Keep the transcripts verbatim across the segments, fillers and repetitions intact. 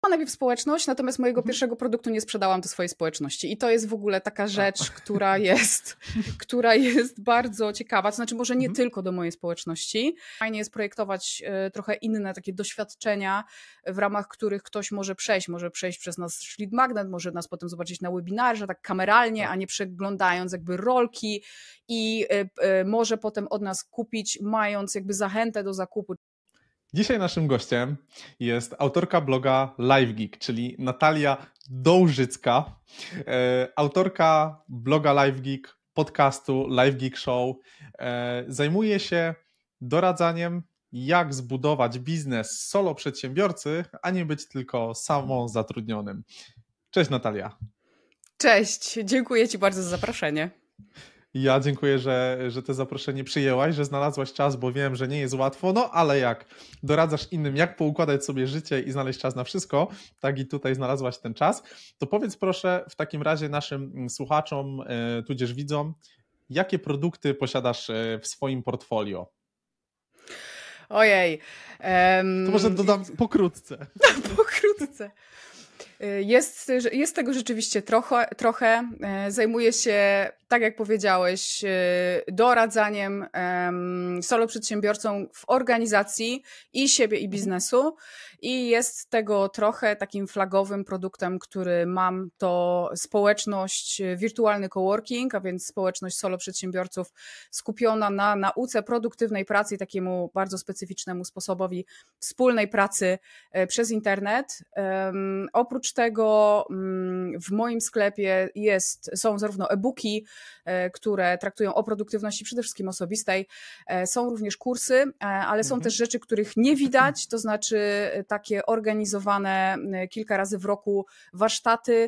najpierw społeczność, natomiast mojego mhm. pierwszego produktu nie sprzedałam do swojej społeczności. I to jest w ogóle taka rzecz, A. która jest, która jest bardzo ciekawa. To znaczy może nie mhm. tylko do mojej społeczności. Fajnie jest projektować y, trochę inne takie doświadczenia, w ramach których ktoś może przejść. Może przejść przez nas lead magnet, może nas potem zobaczyć na webinarze, tak kameralnie, tak. a nie przeglądając jakby rolki i y, y, może potem od nas kupić, mając jakby zachętę do zakupu. Dzisiaj naszym gościem jest autorka bloga LiveGeek, czyli Natalia Dołżycka, e, autorka bloga LiveGeek, podcastu LiveGeek Show. E, zajmuje się doradzaniem, jak zbudować biznes solo przedsiębiorcy, a nie być tylko samozatrudnionym. Cześć Natalia. Cześć, dziękuję Ci bardzo za zaproszenie. Ja dziękuję, że, że to zaproszenie przyjęłaś, że znalazłaś czas, bo wiem, że nie jest łatwo, no ale jak doradzasz innym, jak poukładać sobie życie i znaleźć czas na wszystko, tak i tutaj znalazłaś ten czas, to powiedz proszę w takim razie naszym słuchaczom, tudzież widzom, jakie produkty posiadasz w swoim portfolio? Ojej. Um... To może dodam pokrótce. Pokrótce. Jest, jest tego rzeczywiście trochę, trochę. Zajmuję się, tak jak powiedziałeś, doradzaniem solo przedsiębiorcom w organizacji i siebie, i biznesu. I jest tego trochę takim flagowym produktem, który mam, to społeczność wirtualny coworking, a więc społeczność solo przedsiębiorców skupiona na nauce produktywnej pracy i takiemu bardzo specyficznemu sposobowi wspólnej pracy przez internet. Oprócz tego w moim sklepie jest, są zarówno e-booki, które traktują o produktywności przede wszystkim osobistej, są również kursy, ale są mhm. też rzeczy, których nie widać, to znaczy takie organizowane kilka razy w roku warsztaty,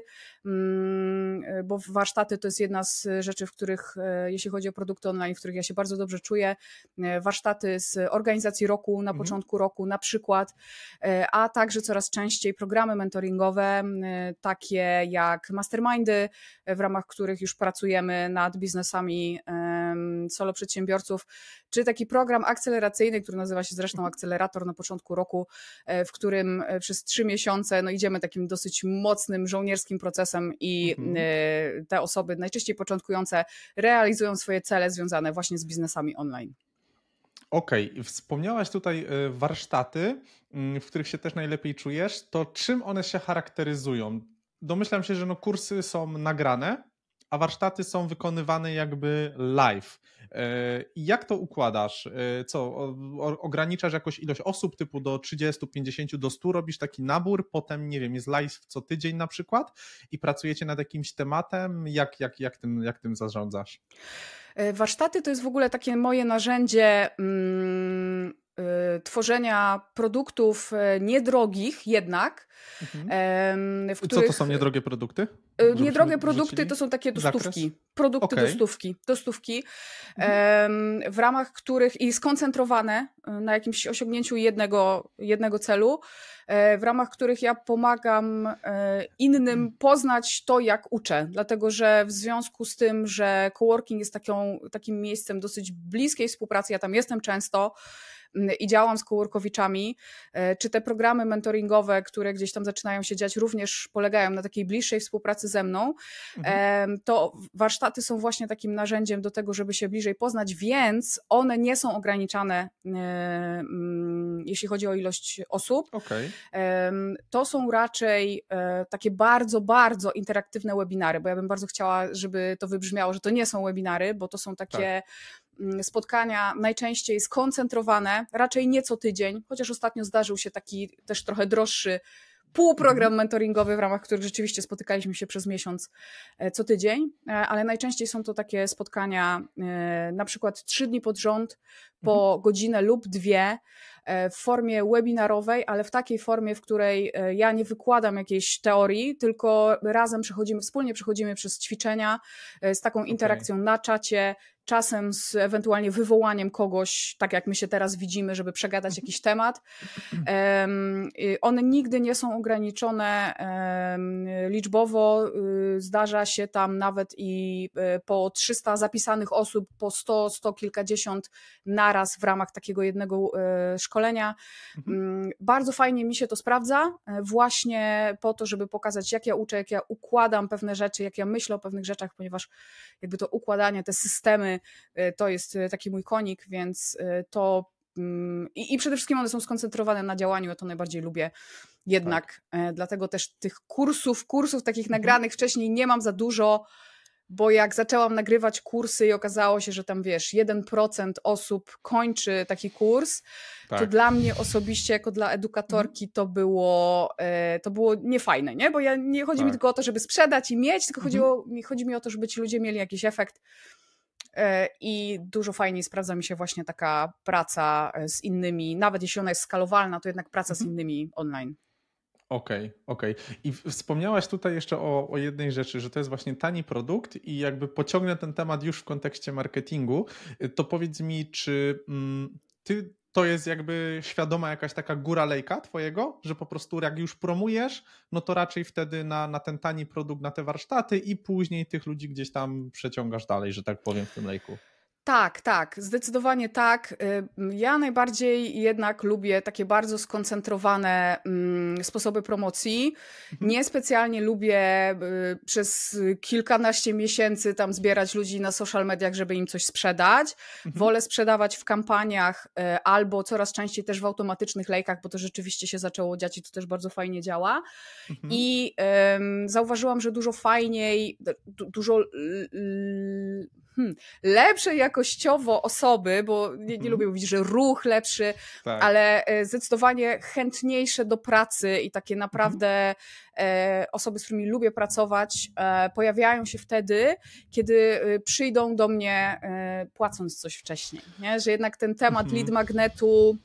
bo warsztaty to jest jedna z rzeczy, w których, jeśli chodzi o produkty online, w których ja się bardzo dobrze czuję, warsztaty z organizacji roku na mhm. początku roku na przykład, a także coraz częściej programy mentoringowe, takie jak mastermindy, w ramach których już pracujemy nad biznesami solo przedsiębiorców, czy taki program akceleracyjny, który nazywa się zresztą Akcelerator na początku roku, w którym przez trzy miesiące no, idziemy takim dosyć mocnym, żołnierskim procesem i mhm. te osoby, najczęściej początkujące, realizują swoje cele związane właśnie z biznesami online. Okej, okay. Wspomniałaś tutaj warsztaty, w których się też najlepiej czujesz. To czym one się charakteryzują? Domyślam się, że no kursy są nagrane, a warsztaty są wykonywane jakby live. Jak to układasz? Co, ograniczasz jakąś ilość osób typu do trzydziestu, pięćdziesięciu, do stu, robisz taki nabór, potem nie wiem, jest live co tydzień na przykład i pracujecie nad jakimś tematem? Jak, jak, jak, tym, jak tym zarządzasz? Warsztaty to jest w ogóle takie moje narzędzie mm, y, tworzenia produktów niedrogich jednak. Mhm. W których... Co to są niedrogie produkty? Żebyśmy niedrogie produkty to są takie do stówki. Produkty okay. do stówki. Do stówki mhm. w ramach których i skoncentrowane na jakimś osiągnięciu jednego, jednego celu, w ramach których ja pomagam innym poznać to, jak uczę. Dlatego, że w związku z tym, że coworking jest taką, takim miejscem dosyć bliskiej współpracy, ja tam jestem często i działam z coworkowiczami, czy te programy mentoringowe, które gdzieś tam zaczynają się dziać, również polegają na takiej bliższej współpracy ze mną, mhm. to warsztaty są właśnie takim narzędziem do tego, żeby się bliżej poznać, więc one nie są ograniczane, jeśli chodzi o ilość osób. Okay. To są raczej takie bardzo, bardzo interaktywne webinary, bo ja bym bardzo chciała, żeby to wybrzmiało, że to nie są webinary, bo to są takie tak. spotkania najczęściej skoncentrowane, raczej nie co tydzień, chociaż ostatnio zdarzył się taki też trochę droższy półprogram mentoringowy, w ramach których rzeczywiście spotykaliśmy się przez miesiąc co tydzień, ale najczęściej są to takie spotkania na przykład trzy dni pod rząd, po mhm. godzinę lub dwie, w formie webinarowej, ale w takiej formie, w której ja nie wykładam jakiejś teorii, tylko razem przechodzimy, wspólnie przechodzimy przez ćwiczenia z taką interakcją okay. na czacie, czasem z ewentualnie wywołaniem kogoś, tak jak my się teraz widzimy, żeby przegadać jakiś temat. Um, one nigdy nie są ograniczone um, liczbowo. Zdarza się tam nawet i po trzysta zapisanych osób, po sto, sto kilkadziesiąt naraz w ramach takiego jednego um, szkolenia. Mhm. Bardzo fajnie mi się to sprawdza, właśnie po to, żeby pokazać, jak ja uczę, jak ja układam pewne rzeczy, jak ja myślę o pewnych rzeczach, ponieważ jakby to układanie, te systemy, to jest taki mój konik, więc to i, i przede wszystkim one są skoncentrowane na działaniu, ja to najbardziej lubię jednak, tak. Dlatego też tych kursów, kursów takich mhm. nagranych wcześniej nie mam za dużo, bo jak zaczęłam nagrywać kursy i okazało się, że tam wiesz, jeden procent osób kończy taki kurs, tak. to dla mnie osobiście, jako dla edukatorki to było, to było niefajne, nie? Bo ja, nie chodzi tak. mi tylko o to, żeby sprzedać i mieć, tylko mhm. chodziło, chodzi mi o to, żeby ci ludzie mieli jakiś efekt i dużo fajniej sprawdza mi się właśnie taka praca z innymi, nawet jeśli ona jest skalowalna, to jednak praca mhm. z innymi online. Okej, okay, okej. Okay. I wspomniałaś tutaj jeszcze o, o jednej rzeczy, że to jest właśnie tani produkt i jakby pociągnę ten temat już w kontekście marketingu, to powiedz mi, czy mm, ty to jest jakby świadoma jakaś taka góra lejka twojego, że po prostu jak już promujesz, no to raczej wtedy na, na ten tani produkt, na te warsztaty i później tych ludzi gdzieś tam przeciągasz dalej, że tak powiem, w tym lejku. Tak, tak, zdecydowanie tak. Ja najbardziej jednak lubię takie bardzo skoncentrowane mm, sposoby promocji. Mhm. Niespecjalnie lubię y, przez kilkanaście miesięcy tam zbierać ludzi na social mediach, żeby im coś sprzedać. Mhm. Wolę sprzedawać w kampaniach y, albo coraz częściej też w automatycznych lejkach, bo to rzeczywiście się zaczęło dziać i to też bardzo fajnie działa. Mhm. I y, zauważyłam, że dużo fajniej, du, dużo y, y, Hmm, lepsze jakościowo osoby, bo nie, nie hmm. lubię mówić, że ruch lepszy, tak. ale zdecydowanie chętniejsze do pracy i takie naprawdę hmm. osoby, z którymi lubię pracować, pojawiają się wtedy, kiedy przyjdą do mnie płacąc coś wcześniej. Nie? Że jednak ten temat hmm. lead magnetu,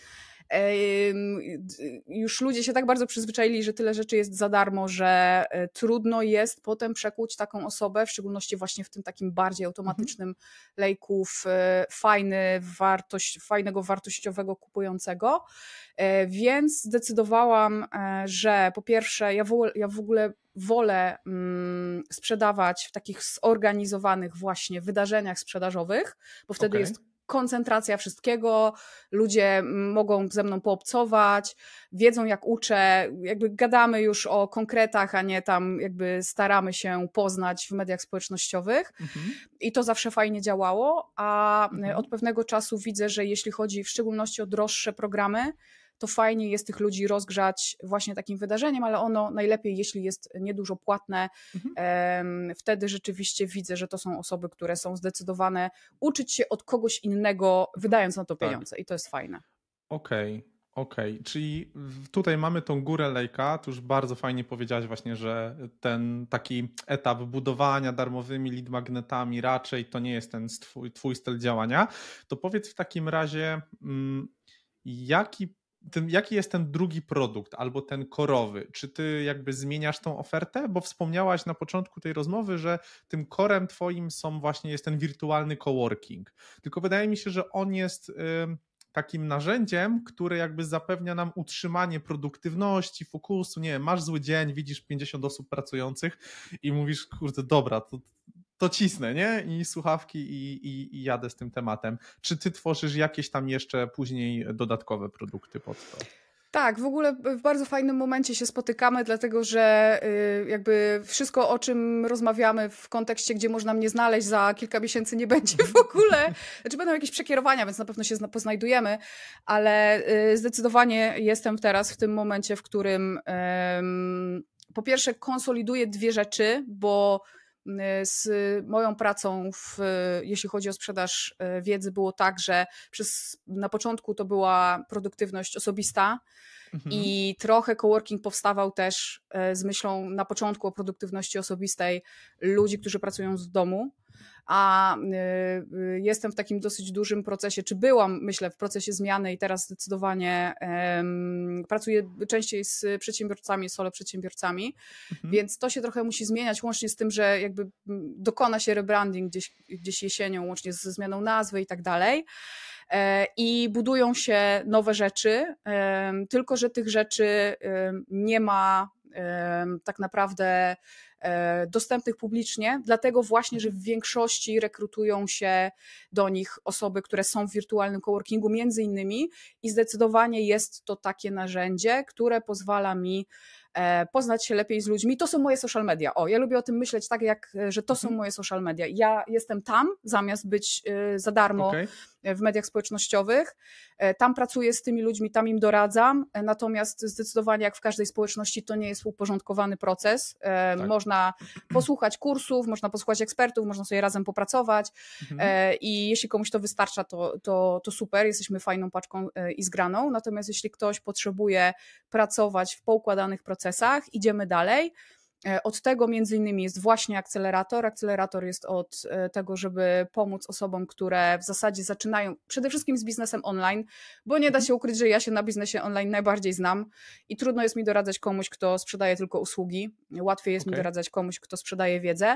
już ludzie się tak bardzo przyzwyczaili, że tyle rzeczy jest za darmo, że trudno jest potem przekuć taką osobę, w szczególności właśnie w tym takim bardziej automatycznym mhm. lejku w fajny, wartość, fajnego, wartościowego kupującego. Więc zdecydowałam, że po pierwsze ja w ogóle, ja w ogóle wolę mm, sprzedawać w takich zorganizowanych właśnie wydarzeniach sprzedażowych, bo wtedy okay. jest koncentracja wszystkiego, ludzie mogą ze mną poobcować, wiedzą jak uczę, jakby gadamy już o konkretach, a nie tam jakby staramy się poznać w mediach społecznościowych mhm. i to zawsze fajnie działało, a mhm. od pewnego czasu widzę, że jeśli chodzi w szczególności o droższe programy, to fajnie jest tych ludzi rozgrzać właśnie takim wydarzeniem, ale ono najlepiej, jeśli jest niedużo płatne. Mhm. Wtedy rzeczywiście widzę, że to są osoby, które są zdecydowane uczyć się od kogoś innego, wydając na to pieniądze tak. i to jest fajne. Okej. Okay. Okej, okay, czyli tutaj mamy tą górę lejka, tu już bardzo fajnie powiedziałaś właśnie, że ten taki etap budowania darmowymi lead magnetami raczej to nie jest ten twój, twój styl działania. To powiedz w takim razie, jaki Ten, jaki jest ten drugi produkt albo ten korowy? Czy ty jakby zmieniasz tą ofertę? Bo wspomniałaś na początku tej rozmowy, że tym korem twoim są właśnie jest ten wirtualny coworking. Tylko wydaje mi się, że on jest y, takim narzędziem, które jakby zapewnia nam utrzymanie produktywności, fokusu. Nie wiem, masz zły dzień, widzisz pięćdziesiąt osób pracujących i mówisz, kurde, dobra, to to cisnę, nie? I słuchawki i, i, i jadę z tym tematem. Czy ty tworzysz jakieś tam jeszcze później dodatkowe produkty pod to? Tak, w ogóle w bardzo fajnym momencie się spotykamy, dlatego że jakby wszystko, o czym rozmawiamy w kontekście, gdzie można mnie znaleźć za kilka miesięcy, nie będzie w ogóle. Znaczy będą jakieś przekierowania, więc na pewno się poznajdujemy, ale zdecydowanie jestem teraz w tym momencie, w którym um, po pierwsze konsoliduję dwie rzeczy, bo z moją pracą, w, jeśli chodzi o sprzedaż wiedzy, było tak, że przez, na początku to była produktywność osobista mhm. i trochę coworking powstawał też z myślą na początku o produktywności osobistej ludzi, którzy pracują z domu, a jestem w takim dosyć dużym procesie, czy byłam, myślę, w procesie zmiany i teraz zdecydowanie um, pracuję częściej z przedsiębiorcami, solo przedsiębiorcami, mhm. więc to się trochę musi zmieniać, łącznie z tym, że jakby dokona się rebranding gdzieś, gdzieś jesienią, łącznie ze zmianą nazwy i tak dalej. I budują się nowe rzeczy, tylko że tych rzeczy nie ma tak naprawdę dostępnych publicznie, dlatego właśnie, że w większości rekrutują się do nich osoby, które są w wirtualnym coworkingu między innymi i zdecydowanie jest to takie narzędzie, które pozwala mi poznać się lepiej z ludźmi. To są moje social media. O, ja lubię o tym myśleć tak, jak, że to są moje social media. Ja jestem tam, zamiast być za darmo okay. w mediach społecznościowych. Tam pracuję z tymi ludźmi, tam im doradzam, natomiast zdecydowanie jak w każdej społeczności to nie jest uporządkowany proces. Tak. Można posłuchać kursów, można posłuchać ekspertów, można sobie razem popracować mhm. i jeśli komuś to wystarcza, to, to, to super, jesteśmy fajną paczką i zgraną, natomiast jeśli ktoś potrzebuje pracować w poukładanych procesach, idziemy dalej. Od tego między innymi jest właśnie akcelerator. Akcelerator jest od tego, żeby pomóc osobom, które w zasadzie zaczynają przede wszystkim z biznesem online, bo nie da się ukryć, że ja się na biznesie online najbardziej znam i trudno jest mi doradzać komuś, kto sprzedaje tylko usługi. Łatwiej jest okay. mi doradzać komuś, kto sprzedaje wiedzę.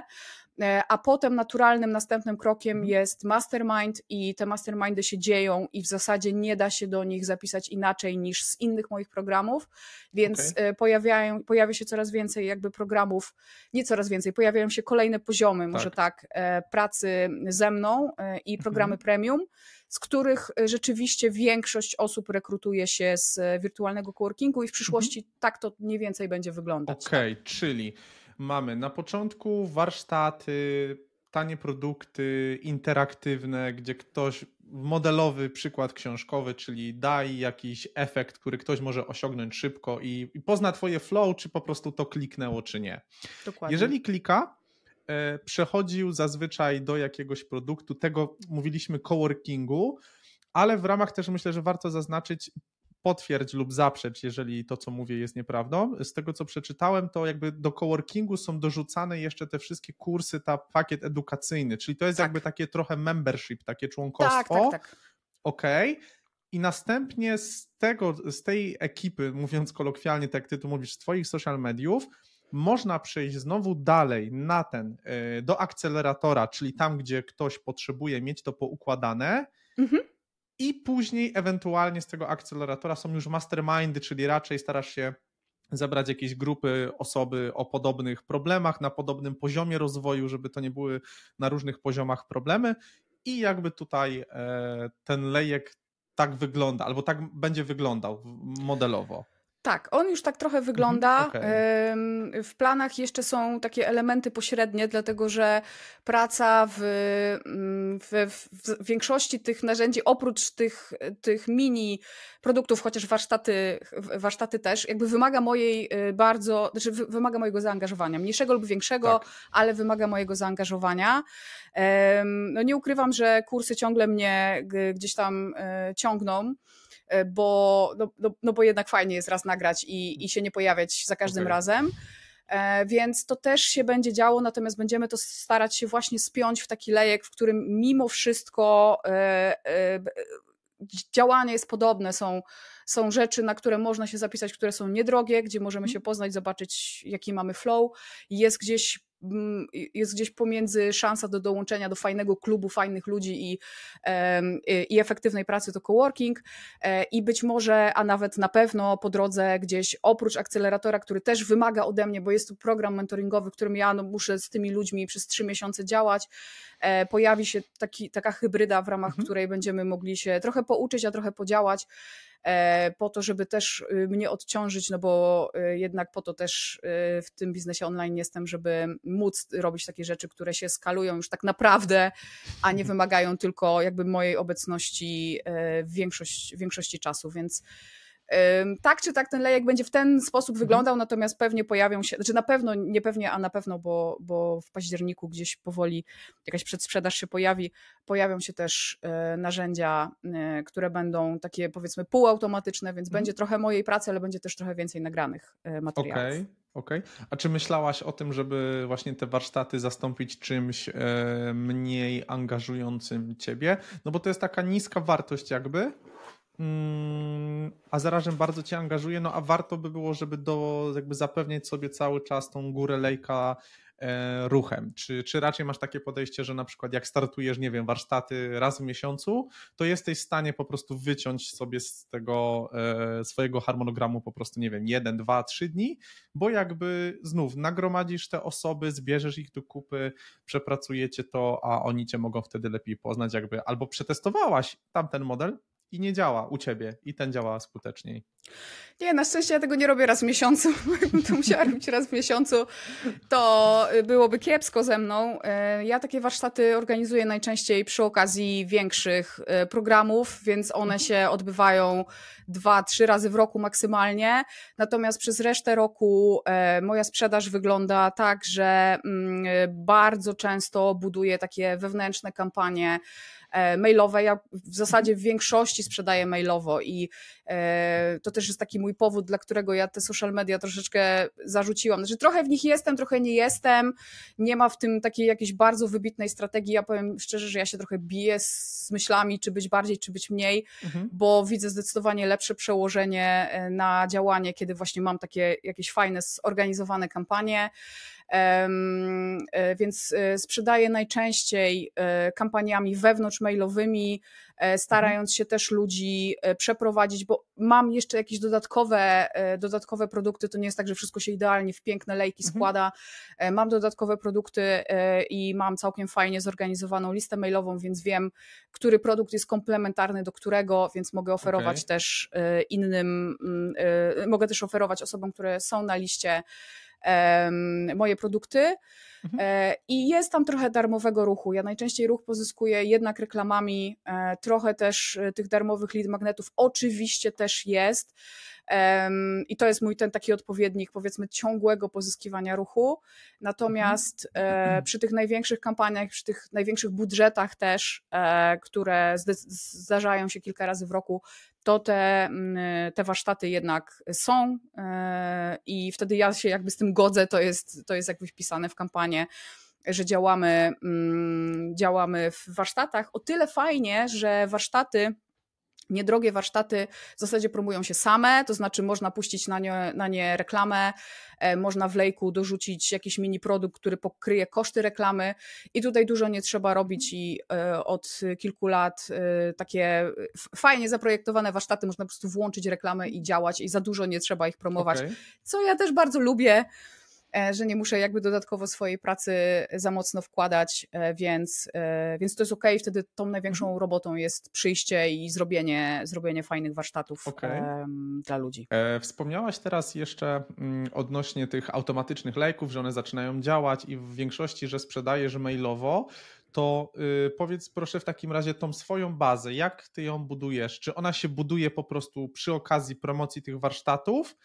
A potem naturalnym następnym krokiem mhm. jest mastermind i te mastermindy się dzieją i w zasadzie nie da się do nich zapisać inaczej niż z innych moich programów, więc okay. pojawiają, pojawia się coraz więcej jakby programów, nie coraz więcej, pojawiają się kolejne poziomy, tak. może tak, pracy ze mną i programy mhm. premium, z których rzeczywiście większość osób rekrutuje się z wirtualnego coworkingu i w przyszłości mhm. tak to mniej więcej będzie wyglądać. Okej, okay, tak. czyli mamy na początku warsztaty, tanie produkty interaktywne, gdzie ktoś, modelowy przykład książkowy, czyli daj jakiś efekt, który ktoś może osiągnąć szybko i, i pozna twoje flow, czy po prostu to kliknęło, czy nie. Dokładnie. Jeżeli klika, e, przechodził zazwyczaj do jakiegoś produktu, tego mówiliśmy coworkingu, ale w ramach też myślę, że warto zaznaczyć, potwierdź lub zaprzecz, jeżeli to, co mówię, jest nieprawdą. Z tego, co przeczytałem, to jakby do coworkingu są dorzucane jeszcze te wszystkie kursy, ta pakiet edukacyjny, czyli to jest tak. jakby takie trochę membership, takie członkostwo. Tak, tak, tak. Okej. Okay. I następnie z tego, z tej ekipy, mówiąc kolokwialnie, tak jak ty tu mówisz, z twoich social mediów, można przejść znowu dalej na ten, do akceleratora, czyli tam, gdzie ktoś potrzebuje mieć to poukładane, mhm. I później ewentualnie z tego akceleratora są już mastermindy, czyli raczej starasz się zebrać jakieś grupy, osoby o podobnych problemach, na podobnym poziomie rozwoju, żeby to nie były na różnych poziomach problemy i jakby tutaj ten lejek tak wygląda, albo tak będzie wyglądał modelowo. Tak, on już tak trochę wygląda. Okay. W planach jeszcze są takie elementy pośrednie, dlatego że praca w, w, w większości tych narzędzi, oprócz tych, tych mini produktów, chociaż warsztaty, warsztaty też, jakby wymaga mojej bardzo, znaczy wymaga mojego zaangażowania, mniejszego lub większego, tak. ale wymaga mojego zaangażowania. No nie ukrywam, że kursy ciągle mnie gdzieś tam ciągną, bo, no, no, no bo jednak fajnie jest raz nagrać i, i się nie pojawiać za każdym okay. razem, e, więc to też się będzie działo, natomiast będziemy to starać się właśnie spiąć w taki lejek, w którym mimo wszystko e, e, działanie jest podobne, są, są rzeczy, na które można się zapisać, które są niedrogie, gdzie możemy się poznać, zobaczyć jaki mamy flow, jest gdzieś jest gdzieś pomiędzy szansa do dołączenia do fajnego klubu, fajnych ludzi i, i efektywnej pracy to coworking i być może, a nawet na pewno po drodze gdzieś oprócz akceleratora, który też wymaga ode mnie, bo jest to program mentoringowy, w którym ja no, muszę z tymi ludźmi przez trzy miesiące działać, pojawi się taki, taka hybryda, w ramach mhm. której będziemy mogli się trochę pouczyć, a trochę podziałać, po to, żeby też mnie odciążyć, no bo jednak po to też w tym biznesie online jestem, żeby móc robić takie rzeczy, które się skalują już tak naprawdę, a nie wymagają tylko jakby mojej obecności w większość, większości czasu, więc tak czy tak ten lejek będzie w ten sposób wyglądał, natomiast pewnie pojawią się, znaczy na pewno, nie pewnie, a na pewno, bo, bo w październiku gdzieś powoli jakaś przedsprzedaż się pojawi, pojawią się też narzędzia, które będą takie powiedzmy półautomatyczne, więc mm. będzie trochę mojej pracy, ale będzie też trochę więcej nagranych materiałów. Okej, okay. Okej. A czy myślałaś o tym, żeby właśnie te warsztaty zastąpić czymś e, mniej angażującym ciebie? No bo to jest taka niska wartość jakby, mm, a zarazem bardzo cię angażuje, no a warto by było, żeby do, jakby zapewniać sobie cały czas tą górę lejka e, ruchem. Czy, czy raczej masz takie podejście, że na przykład jak startujesz, nie wiem, warsztaty raz w miesiącu, to jesteś w stanie po prostu wyciąć sobie z tego e, swojego harmonogramu po prostu, nie wiem, jeden, dwa, trzy dni, bo jakby znów nagromadzisz te osoby, zbierzesz ich do kupy, przepracujecie to, a oni cię mogą wtedy lepiej poznać, jakby albo przetestowałaś tamten model i nie działa u ciebie i ten działa skuteczniej. Nie, na szczęście ja tego nie robię raz w miesiącu. Jakbym to musiała robić raz w miesiącu, to byłoby kiepsko ze mną. Ja takie warsztaty organizuję najczęściej przy okazji większych programów, więc one się odbywają dwa, trzy razy w roku maksymalnie. Natomiast przez resztę roku moja sprzedaż wygląda tak, że bardzo często buduję takie wewnętrzne kampanie mailowe. Ja w zasadzie w większości sprzedaję mailowo i to też jest taki mój powód, dla którego ja te social media troszeczkę zarzuciłam. Znaczy trochę w nich jestem, trochę nie jestem. Nie ma w tym takiej jakiejś bardzo wybitnej strategii. Ja powiem szczerze, że ja się trochę biję z myślami, czy być bardziej, czy być mniej, mhm. bo widzę zdecydowanie lepsze przełożenie na działanie, kiedy właśnie mam takie jakieś fajne, zorganizowane kampanie. Um, więc sprzedaję najczęściej kampaniami wewnątrzmailowymi, starając mhm. się też ludzi przeprowadzić, bo mam jeszcze jakieś dodatkowe, dodatkowe produkty, to nie jest tak, że wszystko się idealnie w piękne lejki mhm. składa. Mam dodatkowe produkty i mam całkiem fajnie zorganizowaną listę mailową, więc wiem, który produkt jest komplementarny do którego, więc mogę oferować okay. też innym, mogę też oferować osobom, które są na liście moje produkty mhm. i jest tam trochę darmowego ruchu. Ja najczęściej ruch pozyskuję jednak reklamami, trochę też tych darmowych lead magnetów oczywiście też jest i to jest mój ten taki odpowiednik, powiedzmy, ciągłego pozyskiwania ruchu. Natomiast mhm. przy tych największych kampaniach, przy tych największych budżetach też, które zdarzają się kilka razy w roku, to te, te warsztaty jednak są i wtedy ja się jakby z tym godzę, to jest, to jest jakby wpisane w kampanię, że działamy, działamy w warsztatach. O tyle fajnie, że warsztaty, niedrogie warsztaty w zasadzie promują się same, to znaczy można puścić na nie, na nie reklamę, można w lejku dorzucić jakiś mini produkt, który pokryje koszty reklamy i tutaj dużo nie trzeba robić i od kilku lat takie fajnie zaprojektowane warsztaty można po prostu włączyć reklamę i działać i za dużo nie trzeba ich promować, okay. co ja też bardzo lubię, że nie muszę jakby dodatkowo swojej pracy za mocno wkładać, więc, więc to jest okej. Wtedy tą największą mhm. robotą jest przyjście i zrobienie, zrobienie fajnych warsztatów okay. um, dla ludzi. E, wspomniałaś teraz jeszcze mm, odnośnie tych automatycznych lejków, że one zaczynają działać i w większości, że sprzedajesz mailowo. To y, powiedz proszę w takim razie tą swoją bazę, jak ty ją budujesz? Czy ona się buduje po prostu przy okazji promocji tych warsztatów?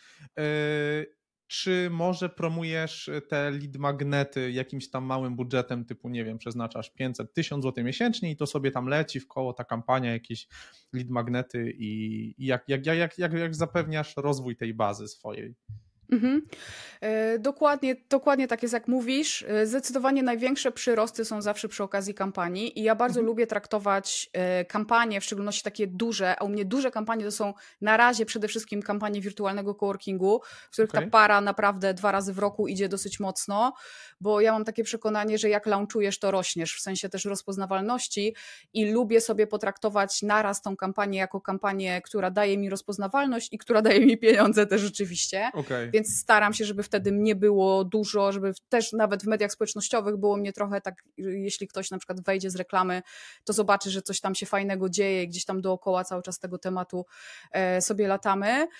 Y, Czy może promujesz te lead magnety jakimś tam małym budżetem, typu nie wiem, przeznaczasz pięćset tysiąc złotych miesięcznie i to sobie tam leci w koło ta kampania, jakieś lead magnety i, i jak, jak, jak, jak, jak zapewniasz rozwój tej bazy swojej? Mhm. E, dokładnie, dokładnie tak jest, jak mówisz. E, Zdecydowanie największe przyrosty są zawsze przy okazji kampanii i ja bardzo mhm. lubię traktować e, kampanie, w szczególności takie duże, a u mnie duże kampanie to są na razie przede wszystkim kampanie wirtualnego coworkingu, w których okay. ta para naprawdę dwa razy w roku idzie dosyć mocno, bo ja mam takie przekonanie, że jak launchujesz, to rośniesz, w sensie też rozpoznawalności i lubię sobie potraktować naraz tą kampanię jako kampanię, która daje mi rozpoznawalność i która daje mi pieniądze też rzeczywiście. Okay. Więc staram się, żeby wtedy mnie było dużo, żeby też nawet w mediach społecznościowych było mnie trochę tak, jeśli ktoś na przykład wejdzie z reklamy, to zobaczy, że coś tam się fajnego dzieje i gdzieś tam dookoła cały czas tego tematu sobie latamy.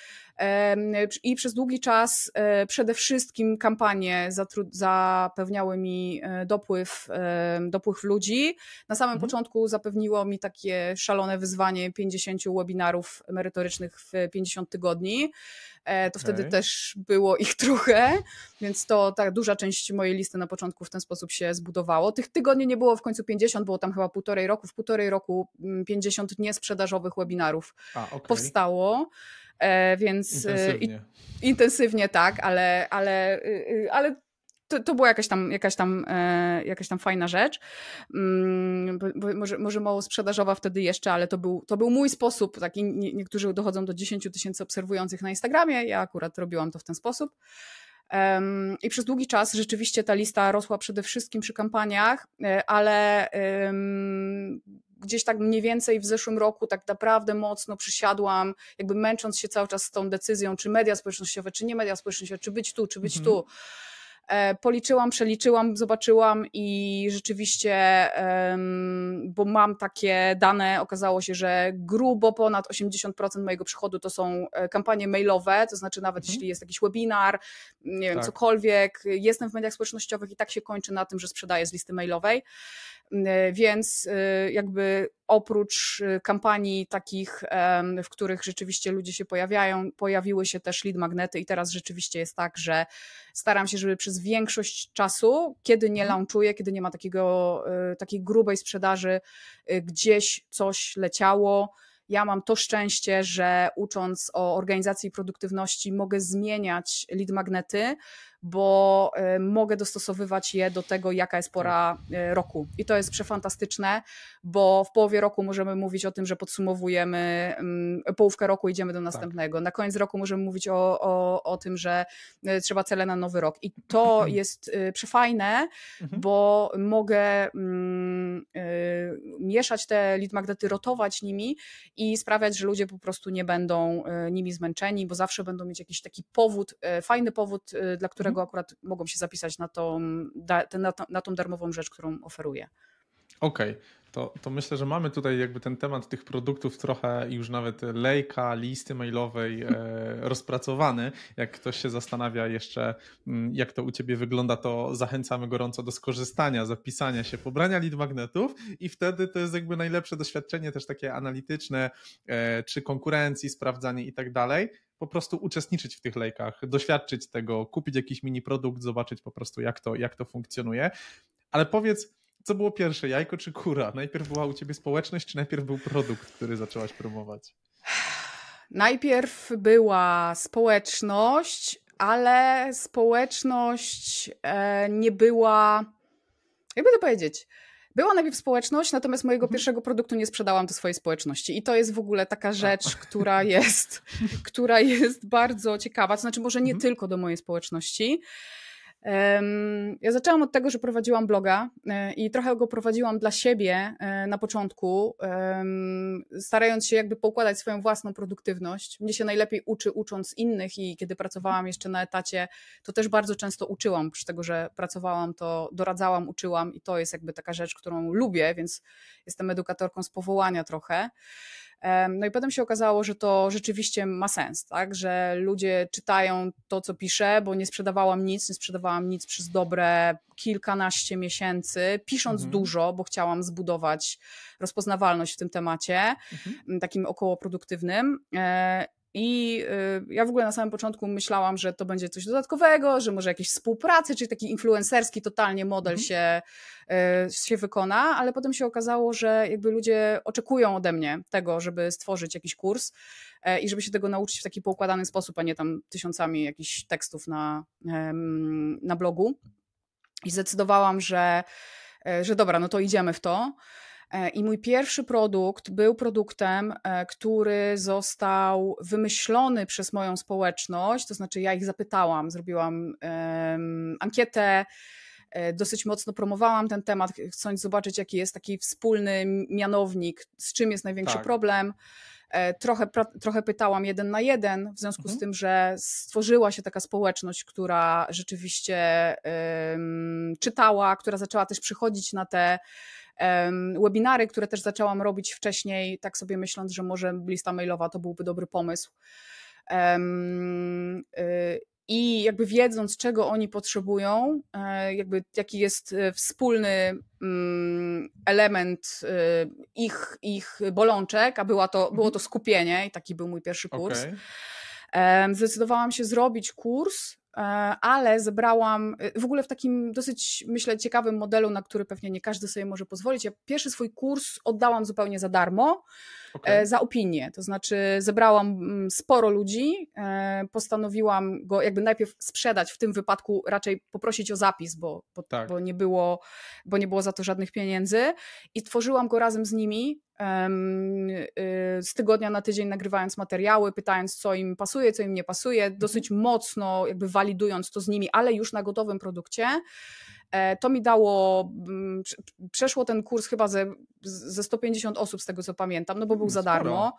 I przez długi czas przede wszystkim kampanie zapewniały mi dopływ, dopływ ludzi. Na samym mhm. początku zapewniło mi takie szalone wyzwanie pięćdziesięciu webinarów merytorycznych w pięćdziesiąt tygodni. To okay. wtedy też było ich trochę, więc to ta duża część mojej listy na początku w ten sposób się zbudowało. Tych tygodni nie było w końcu pięćdziesiąt, było tam chyba półtorej roku. W półtorej roku pięćdziesiąt niesprzedażowych webinarów A, okay. powstało. więc intensywnie, i, intensywnie tak, ale, ale, ale to, to była jakaś tam, jakaś tam, jakaś tam fajna rzecz. Bo, bo może, może mało sprzedażowa wtedy jeszcze, ale to był, to był mój sposób. Taki, nie, niektórzy dochodzą do dziesięć tysięcy obserwujących na Instagramie, ja akurat robiłam to w ten sposób. Um, I przez długi czas rzeczywiście ta lista rosła przede wszystkim przy kampaniach, ale um, gdzieś tak mniej więcej w zeszłym roku tak naprawdę mocno przysiadłam, jakby męcząc się cały czas z tą decyzją, czy media społecznościowe, czy nie media społecznościowe, czy być tu, czy być mhm. tu. Policzyłam, przeliczyłam, zobaczyłam i rzeczywiście, bo mam takie dane, okazało się, że grubo ponad osiemdziesiąt procent mojego przychodu to są kampanie mailowe, to znaczy nawet mhm. jeśli jest jakiś webinar, nie wiem, tak. cokolwiek, jestem w mediach społecznościowych i tak się kończy na tym, że sprzedaję z listy mailowej. Więc jakby oprócz kampanii takich, w których rzeczywiście ludzie się pojawiają, pojawiły się też lead magnety i teraz rzeczywiście jest tak, że staram się, żeby przez większość czasu, kiedy nie launchuję, kiedy nie ma takiego, takiej grubej sprzedaży, gdzieś coś leciało. Ja mam to szczęście, że ucząc o organizacji i produktywności mogę zmieniać lead magnety, bo mogę dostosowywać je do tego, jaka jest pora roku. I to jest przefantastyczne, bo w połowie roku możemy mówić o tym, że podsumowujemy połówkę roku, idziemy do następnego. Tak. Na koniec roku możemy mówić o, o, o tym, że trzeba cele na nowy rok. I to jest przefajne, mhm. bo mogę mm, y, mieszać te lead magnety, rotować nimi i sprawiać, że ludzie po prostu nie będą nimi zmęczeni, bo zawsze będą mieć jakiś taki powód, fajny powód, dla którego którego akurat mogą się zapisać na tą, na tą, na tą darmową rzecz, którą oferuję. Okej, okay. to, to myślę, że mamy tutaj jakby ten temat tych produktów trochę już nawet lejka, listy mailowej e, rozpracowany. Jak ktoś się zastanawia jeszcze, jak to u Ciebie wygląda, to zachęcamy gorąco do skorzystania, zapisania się, pobrania lead magnetów i wtedy to jest jakby najlepsze doświadczenie też takie analityczne, e, czy konkurencji, sprawdzanie i tak dalej. Po prostu uczestniczyć w tych lejkach, doświadczyć tego, kupić jakiś mini produkt, zobaczyć po prostu jak to, jak to funkcjonuje. Ale powiedz, co było pierwsze, jajko czy kura? Najpierw była u Ciebie społeczność, czy najpierw był produkt, który zaczęłaś promować? Najpierw była społeczność, ale społeczność nie była, jakby to powiedzieć, była najpierw społeczność, natomiast mojego mhm. pierwszego produktu nie sprzedałam do swojej społeczności. I to jest w ogóle taka rzecz, A. która jest, która jest bardzo ciekawa. To znaczy może nie mhm. tylko do mojej społeczności. Ja zaczęłam od tego, że prowadziłam bloga i trochę go prowadziłam dla siebie na początku, starając się jakby poukładać swoją własną produktywność. Mnie się najlepiej uczy ucząc innych i kiedy pracowałam jeszcze na etacie, to też bardzo często uczyłam. Oprócz tego, że pracowałam, to doradzałam, uczyłam i to jest jakby taka rzecz, którą lubię, więc jestem edukatorką z powołania trochę. No i potem się okazało, że to rzeczywiście ma sens, tak? Że ludzie czytają to, co piszę, bo nie sprzedawałam nic, nie sprzedawałam nic przez dobre kilkanaście miesięcy, pisząc mhm. dużo, bo chciałam zbudować rozpoznawalność w tym temacie, mhm. takim okołoproduktywnym. I ja w ogóle na samym początku myślałam, że to będzie coś dodatkowego, że może jakieś współpracy, czyli taki influencerski totalnie model mhm. się, się wykona, ale potem się okazało, że jakby ludzie oczekują ode mnie tego, żeby stworzyć jakiś kurs i żeby się tego nauczyć w taki poukładany sposób, a nie tam tysiącami jakichś tekstów na, na blogu. I zdecydowałam, że, że dobra, no to idziemy w to. I mój pierwszy produkt był produktem, który został wymyślony przez moją społeczność, to znaczy ja ich zapytałam, zrobiłam um, ankietę, dosyć mocno promowałam ten temat, chcąc zobaczyć, jaki jest taki wspólny mianownik, z czym jest największy tak. problem. Trochę, trochę pytałam jeden na jeden, w związku mhm. z tym, że stworzyła się taka społeczność, która rzeczywiście um, czytała, która zaczęła też przychodzić na te webinary, które też zaczęłam robić wcześniej, tak sobie myśląc, że może lista mailowa to byłby dobry pomysł. I jakby wiedząc, czego oni potrzebują, jakby jaki jest wspólny element ich, ich bolączek, a była to, było to skupienie i taki był mój pierwszy kurs. Okay. Zdecydowałam się zrobić kurs, ale zebrałam w ogóle w takim dosyć, myślę, ciekawym modelu, na który pewnie nie każdy sobie może pozwolić. Ja pierwszy swój kurs oddałam zupełnie za darmo, Okay. za opinię. To znaczy zebrałam sporo ludzi, postanowiłam go jakby najpierw sprzedać, w tym wypadku raczej poprosić o zapis, bo, bo, tak. bo, nie było, bo nie było za to żadnych pieniędzy i tworzyłam go razem z nimi, z tygodnia na tydzień nagrywając materiały, pytając co im pasuje, co im nie pasuje, dosyć mocno jakby walidując to z nimi, ale już na gotowym produkcie. To mi dało, przeszło ten kurs chyba ze, ze sto pięćdziesiąt osób z tego co pamiętam, no bo był za darmo.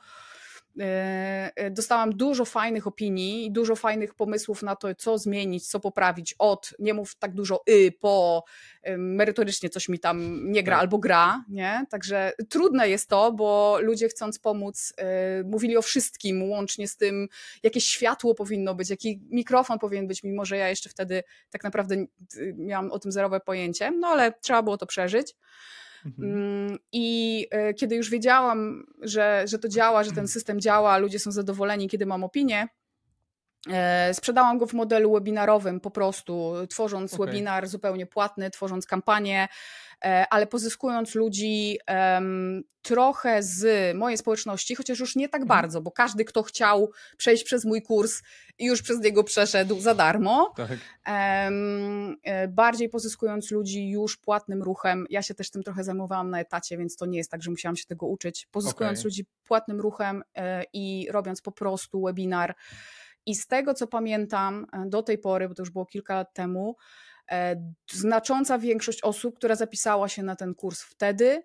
Dostałam dużo fajnych opinii i dużo fajnych pomysłów na to, co zmienić, co poprawić, od nie mów tak dużo y, po merytorycznie coś mi tam nie gra tak. albo gra, nie? Także trudne jest to, bo ludzie chcąc pomóc mówili o wszystkim, łącznie z tym, jakie światło powinno być, jaki mikrofon powinien być, mimo że ja jeszcze wtedy tak naprawdę miałam o tym zerowe pojęcie, no ale trzeba było to przeżyć. Mhm. I kiedy już wiedziałam, że, że to działa, że ten system działa, ludzie są zadowoleni, kiedy mam opinię, sprzedałam go w modelu webinarowym po prostu, tworząc okay. webinar zupełnie płatny, tworząc kampanię, ale pozyskując ludzi um, trochę z mojej społeczności, chociaż już nie tak bardzo, bo każdy, kto chciał przejść przez mój kurs i już przez niego przeszedł za darmo. Tak. Um, bardziej pozyskując ludzi już płatnym ruchem. Ja się też tym trochę zajmowałam na etacie, więc to nie jest tak, że musiałam się tego uczyć. Pozyskując okay. ludzi płatnym ruchem e, i robiąc po prostu webinar. I z tego, co pamiętam do tej pory, bo to już było kilka lat temu, znacząca większość osób, która zapisała się na ten kurs wtedy,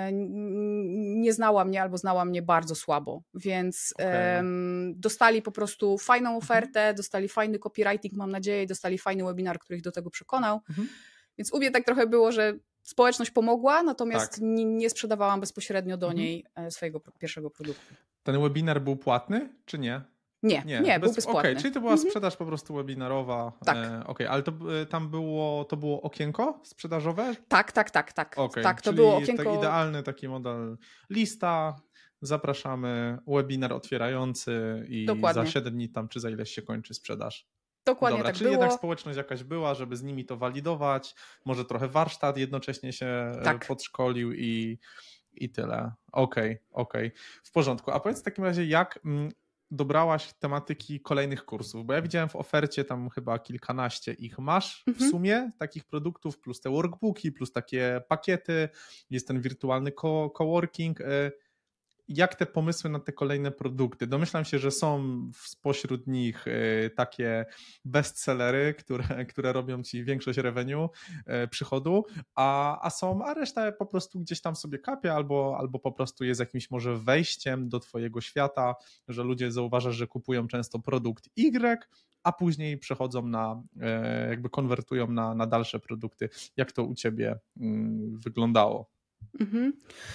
nie znała mnie albo znała mnie bardzo słabo, więc okay. dostali po prostu fajną ofertę, mhm. dostali fajny copywriting, mam nadzieję, dostali fajny webinar, który ich do tego przekonał, mhm. więc u mnie tak trochę było, że społeczność pomogła, natomiast tak. nie, nie sprzedawałam bezpośrednio do mhm. niej swojego pierwszego produktu. Ten webinar był płatny, czy nie? Nie, nie, nie Bez, był bezpłatny. Okay, czyli to była mhm. sprzedaż po prostu webinarowa. Tak. E, okay, ale to tam było, to było okienko sprzedażowe? Tak, tak, tak, tak. Okay, tak to czyli było okienko. Tak idealny taki model lista, zapraszamy, webinar otwierający i Dokładnie. za siedem dni tam czy za ileś się kończy sprzedaż. Dokładnie Dobra, tak czyli było. jednak społeczność jakaś była, żeby z nimi to walidować, może trochę warsztat jednocześnie się tak. podszkolił i, i tyle. Okej, okay, okej, okay. W porządku. A powiedz w takim razie, jak dobrałaś tematyki kolejnych kursów, bo ja widziałem w ofercie tam chyba kilkanaście ich masz w mhm. sumie, takich produktów, plus te workbooki, plus takie pakiety, jest ten wirtualny co- coworking. Jak te pomysły na te kolejne produkty? Domyślam się, że są spośród nich takie bestsellery, które, które robią ci większość revenue, przychodu, a, a są, a reszta po prostu gdzieś tam sobie kapie albo, albo po prostu jest jakimś może wejściem do twojego świata, że ludzie zauważasz, że kupują często produkt Y, a później przechodzą na, jakby konwertują na, na dalsze produkty. Jak to u ciebie wyglądało? Mhm.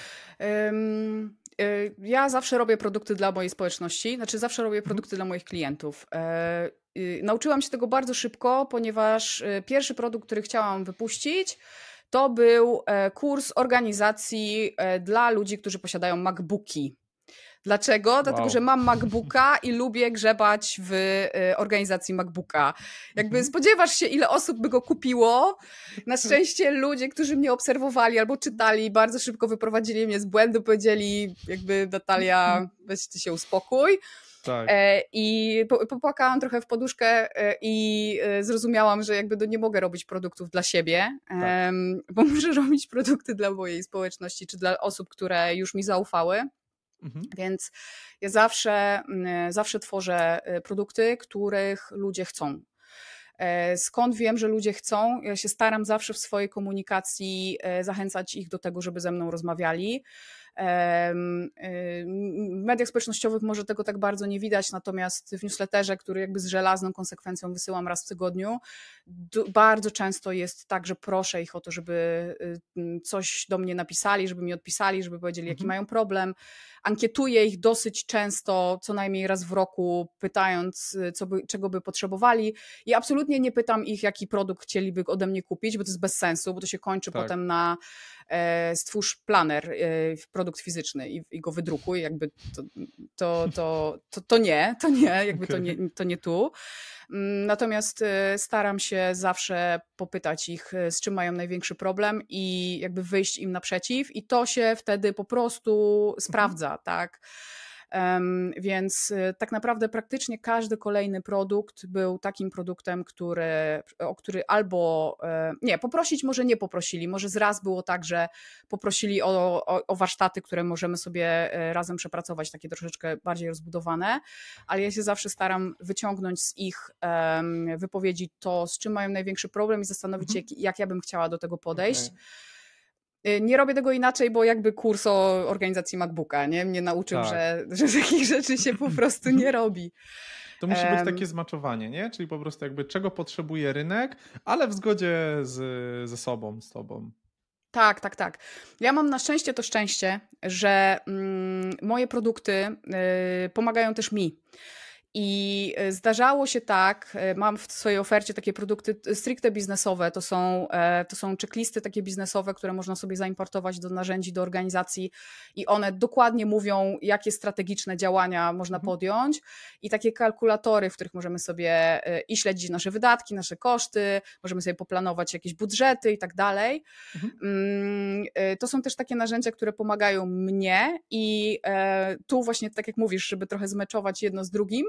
Um... Ja zawsze robię produkty dla mojej społeczności, znaczy zawsze robię produkty dla moich klientów. Nauczyłam się tego bardzo szybko, ponieważ pierwszy produkt, który chciałam wypuścić, to był kurs organizacji dla ludzi, którzy posiadają MacBooki. Dlaczego? Wow. Dlatego, że mam MacBooka i lubię grzebać w organizacji MacBooka. Jakby mhm. spodziewasz się, ile osób by go kupiło. Na szczęście ludzie, którzy mnie obserwowali albo czytali, bardzo szybko wyprowadzili mnie z błędu, powiedzieli jakby Natalia, weź ty się uspokój. Tak. I popłakałam trochę w poduszkę i zrozumiałam, że jakby no nie mogę robić produktów dla siebie, tak. bo muszę robić produkty dla mojej społeczności, czy dla osób, które już mi zaufały. Mhm. Więc ja zawsze, zawsze tworzę produkty, których ludzie chcą. Skąd wiem, że ludzie chcą? Ja się staram zawsze w swojej komunikacji zachęcać ich do tego, żeby ze mną rozmawiali. W mediach społecznościowych może tego tak bardzo nie widać, natomiast w newsletterze, który jakby z żelazną konsekwencją wysyłam raz w tygodniu, bardzo często jest tak, że proszę ich o to, żeby coś do mnie napisali, żeby mi odpisali, żeby powiedzieli, jaki mhm. mają problem. Ankietuję ich dosyć często, co najmniej raz w roku, pytając, co by, czego by potrzebowali i absolutnie nie pytam ich, jaki produkt chcieliby ode mnie kupić, bo to jest bez sensu, bo to się kończy tak. potem na stwórz planer, produkt fizyczny i, i go wydrukuj, jakby to, to, to, to, to nie, to nie, jakby okay. to, nie, to nie tu. Natomiast staram się zawsze popytać ich, z czym mają największy problem i jakby wyjść im naprzeciw i to się wtedy po prostu sprawdza, mhm. tak? Um, więc tak naprawdę praktycznie każdy kolejny produkt był takim produktem, który, o który albo, nie, poprosić może nie poprosili, może z raz było tak, że poprosili o, o, o warsztaty, które możemy sobie razem przepracować, takie troszeczkę bardziej rozbudowane, ale ja się zawsze staram wyciągnąć z ich um, wypowiedzi to, z czym mają największy problem i zastanowić się, mhm. jak, jak ja bym chciała do tego podejść. Okay. Nie robię tego inaczej, bo jakby kurs o organizacji MacBooka, nie? Mnie nauczył, tak. że, że takich rzeczy się po prostu nie robi. To musi um, być takie zmaczowanie, nie? Czyli po prostu jakby czego potrzebuje rynek, ale w zgodzie z, ze sobą, z tobą. Tak, tak, tak. Ja mam na szczęście to szczęście, że mm, moje produkty y, pomagają też mi. I zdarzało się tak, mam w swojej ofercie takie produkty stricte biznesowe, to są, to są checklisty takie biznesowe, które można sobie zaimportować do narzędzi, do organizacji i one dokładnie mówią, jakie strategiczne działania można mhm. podjąć i takie kalkulatory, w których możemy sobie i śledzić nasze wydatki, nasze koszty, możemy sobie poplanować jakieś budżety i tak dalej. Mhm. To są też takie narzędzia, które pomagają mnie i tu właśnie, tak jak mówisz, żeby trochę zmeczować jedno z drugim,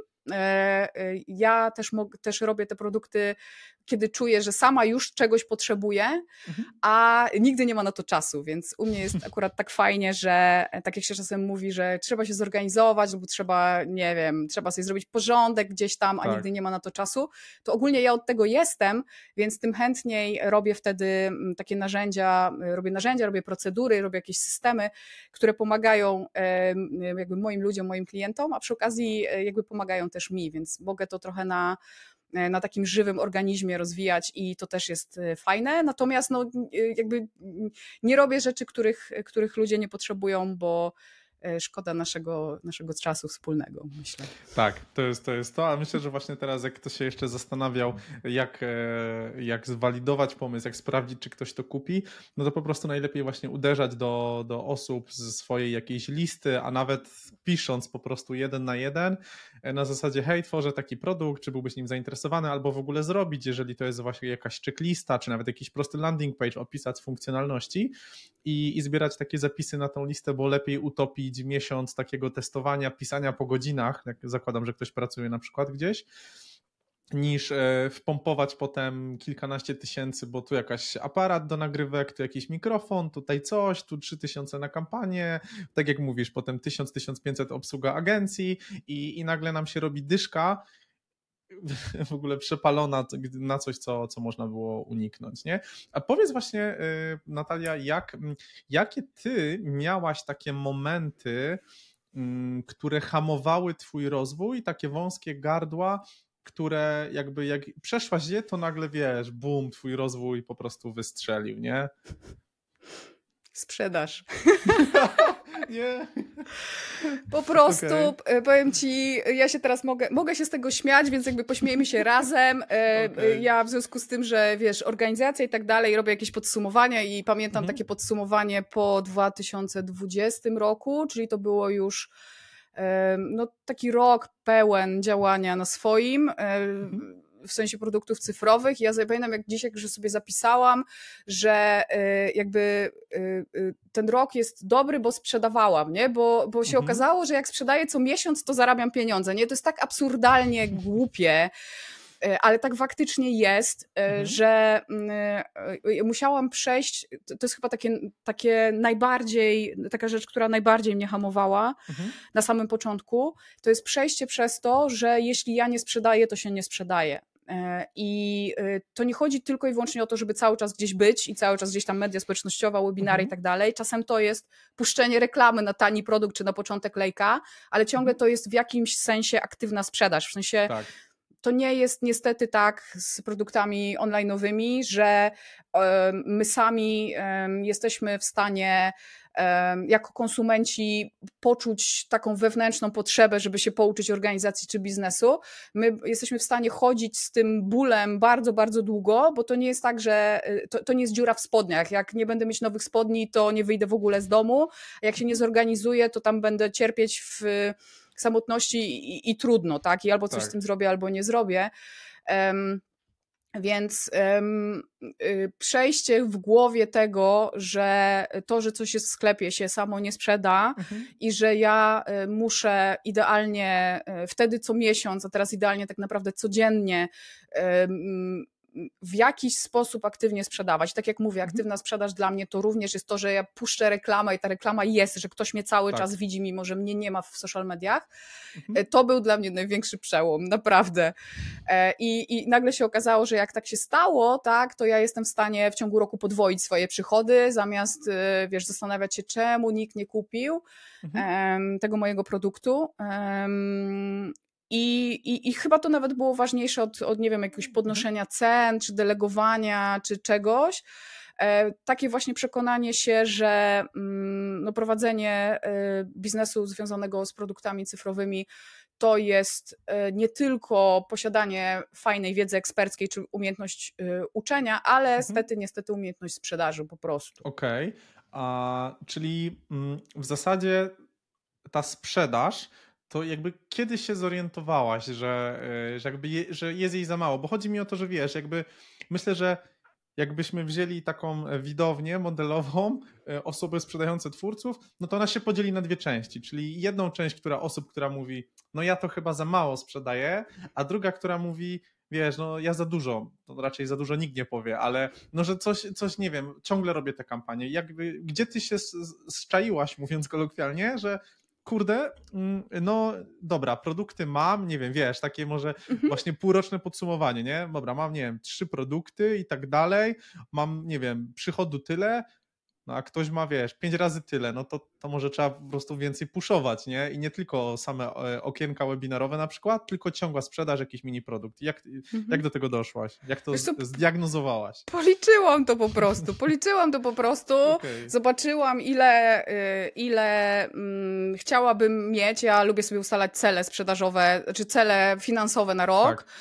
ja też, mog, też robię te produkty, kiedy czuję, że sama już czegoś potrzebuję, mhm. a nigdy nie ma na to czasu, więc u mnie jest akurat tak fajnie, że tak jak się czasem mówi, że trzeba się zorganizować, albo trzeba, nie wiem, trzeba sobie zrobić porządek gdzieś tam, a tak. nigdy nie ma na to czasu, to ogólnie ja od tego jestem, więc tym chętniej robię wtedy takie narzędzia, robię narzędzia, robię procedury, robię jakieś systemy, które pomagają jakby moim ludziom, moim klientom, a przy okazji jakby pomagają też mi, więc mogę to trochę na, na takim żywym organizmie rozwijać i to też jest fajne, natomiast no, jakby nie robię rzeczy, których, których ludzie nie potrzebują, bo szkoda naszego, naszego czasu wspólnego, myślę. Tak, to jest, to jest to, a myślę, że właśnie teraz jak ktoś się jeszcze zastanawiał, jak, jak zwalidować pomysł, jak sprawdzić, czy ktoś to kupi, no to po prostu najlepiej właśnie uderzać do, do osób ze swojej jakiejś listy, a nawet pisząc po prostu jeden na jeden, na zasadzie hej, tworzę taki produkt, czy byłbyś nim zainteresowany, albo w ogóle zrobić, jeżeli to jest właśnie jakaś checklista, czy nawet jakiś prosty landing page, opisać funkcjonalności i, i zbierać takie zapisy na tą listę, bo lepiej utopić miesiąc takiego testowania, pisania po godzinach, jak zakładam, że ktoś pracuje na przykład gdzieś, niż wpompować potem kilkanaście tysięcy, bo tu jakaś aparat do nagrywek, tu jakiś mikrofon, tutaj coś, tu trzy tysiące na kampanię, tak jak mówisz, potem tysiąc, tysiąc pięćset obsługa agencji i, i nagle nam się robi dyszka, w ogóle przepalona na coś, co, co można było uniknąć, nie? A powiedz właśnie, Natalia, jak, jakie ty miałaś takie momenty, które hamowały twój rozwój, takie wąskie gardła, które jakby jak przeszłaś je, to nagle wiesz, bum, twój rozwój po prostu wystrzelił, nie? Sprzedaż. Nie. Po prostu, okay. powiem ci, ja się teraz mogę, mogę się z tego śmiać, więc jakby pośmiejmy się razem. Okay. Ja w związku z tym, że wiesz, organizacja i tak dalej, robię jakieś podsumowania i pamiętam mhm. takie podsumowanie po dwa tysiące dwudziestym roku, czyli to było już no, taki rok pełen działania na swoim, mhm. w sensie produktów cyfrowych. Ja sobie pamiętam, jak dzisiaj, że sobie zapisałam, że jakby ten rok jest dobry, bo sprzedawałam, nie? Bo, bo się mhm. okazało, że jak sprzedaję co miesiąc, to zarabiam pieniądze, nie? To jest tak absurdalnie głupie, ale tak faktycznie jest, mhm. że musiałam przejść, to jest chyba takie, takie najbardziej, taka rzecz, która najbardziej mnie hamowała mhm. na samym początku, to jest przejście przez to, że jeśli ja nie sprzedaję, to się nie sprzedaje. I to nie chodzi tylko i wyłącznie o to, żeby cały czas gdzieś być i cały czas gdzieś tam media społecznościowe, webinary mhm. i tak dalej. Czasem to jest puszczenie reklamy na tani produkt czy na początek lejka, ale ciągle mhm. to jest w jakimś sensie aktywna sprzedaż. W sensie tak. to nie jest niestety tak z produktami online'owymi, że my sami jesteśmy w stanie jako konsumenci poczuć taką wewnętrzną potrzebę, żeby się pouczyć organizacji czy biznesu. My jesteśmy w stanie chodzić z tym bólem bardzo, bardzo długo, bo to nie jest tak, że to, to nie jest dziura w spodniach. Jak nie będę mieć nowych spodni, to nie wyjdę w ogóle z domu. A jak się nie zorganizuję, to tam będę cierpieć w samotności i, i trudno, tak? I albo coś tak. z tym zrobię, albo nie zrobię. Um, Więc um, y, przejście w głowie tego, że to, że coś jest w sklepie, się samo nie sprzeda mhm. i że ja y, muszę idealnie y, wtedy co miesiąc, a teraz idealnie tak naprawdę codziennie y, w jakiś sposób aktywnie sprzedawać. Tak jak mówię, aktywna sprzedaż dla mnie to również jest to, że ja puszczę reklamę i ta reklama jest, że ktoś mnie cały tak. czas widzi, mimo że mnie nie ma w social mediach. Mhm. To był dla mnie największy przełom, naprawdę. I, I nagle się okazało, że jak tak się stało, tak, to ja jestem w stanie w ciągu roku podwoić swoje przychody, zamiast, wiesz, zastanawiać się, czemu nikt nie kupił mhm. tego mojego produktu. I, i, I chyba to nawet było ważniejsze od, od, nie wiem, jakiegoś podnoszenia cen, czy delegowania, czy czegoś. E, takie właśnie przekonanie się, że mm, no, prowadzenie e, biznesu związanego z produktami cyfrowymi to jest e, nie tylko posiadanie fajnej wiedzy eksperckiej, czy umiejętność e, uczenia, ale mhm. niestety, niestety umiejętność sprzedaży po prostu. Okej, okay. Czyli mm, w zasadzie ta sprzedaż to jakby kiedy się zorientowałaś, że, że, jakby je, że jest jej za mało? Bo chodzi mi o to, że wiesz, jakby myślę, że jakbyśmy wzięli taką widownię modelową, osoby sprzedające twórców, no to ona się podzieli na dwie części, czyli jedną część, która osób, która mówi, no ja to chyba za mało sprzedaję, a druga, która mówi, wiesz, no ja za dużo, to raczej za dużo nikt nie powie, ale no, że coś, coś nie wiem, ciągle robię te kampanie. Jakby, gdzie ty się zczaiłaś, mówiąc kolokwialnie, że kurde, no dobra, produkty mam, nie wiem, wiesz, takie może mhm. właśnie półroczne podsumowanie, nie? Dobra, mam, nie wiem, trzy produkty i tak dalej, mam, nie wiem, przychodu tyle, no a ktoś ma, wiesz, pięć razy tyle, no to, to może trzeba po prostu więcej puszować, nie? I nie tylko same okienka webinarowe na przykład, tylko ciągła sprzedaż, jakiś mini produkt. Jak, mhm. jak do tego doszłaś? Jak to co, zdiagnozowałaś? Policzyłam to po prostu, policzyłam to po prostu, okay. Zobaczyłam ile, ile hmm, chciałabym mieć, ja lubię sobie ustalać cele sprzedażowe, czy cele finansowe na rok. Tak.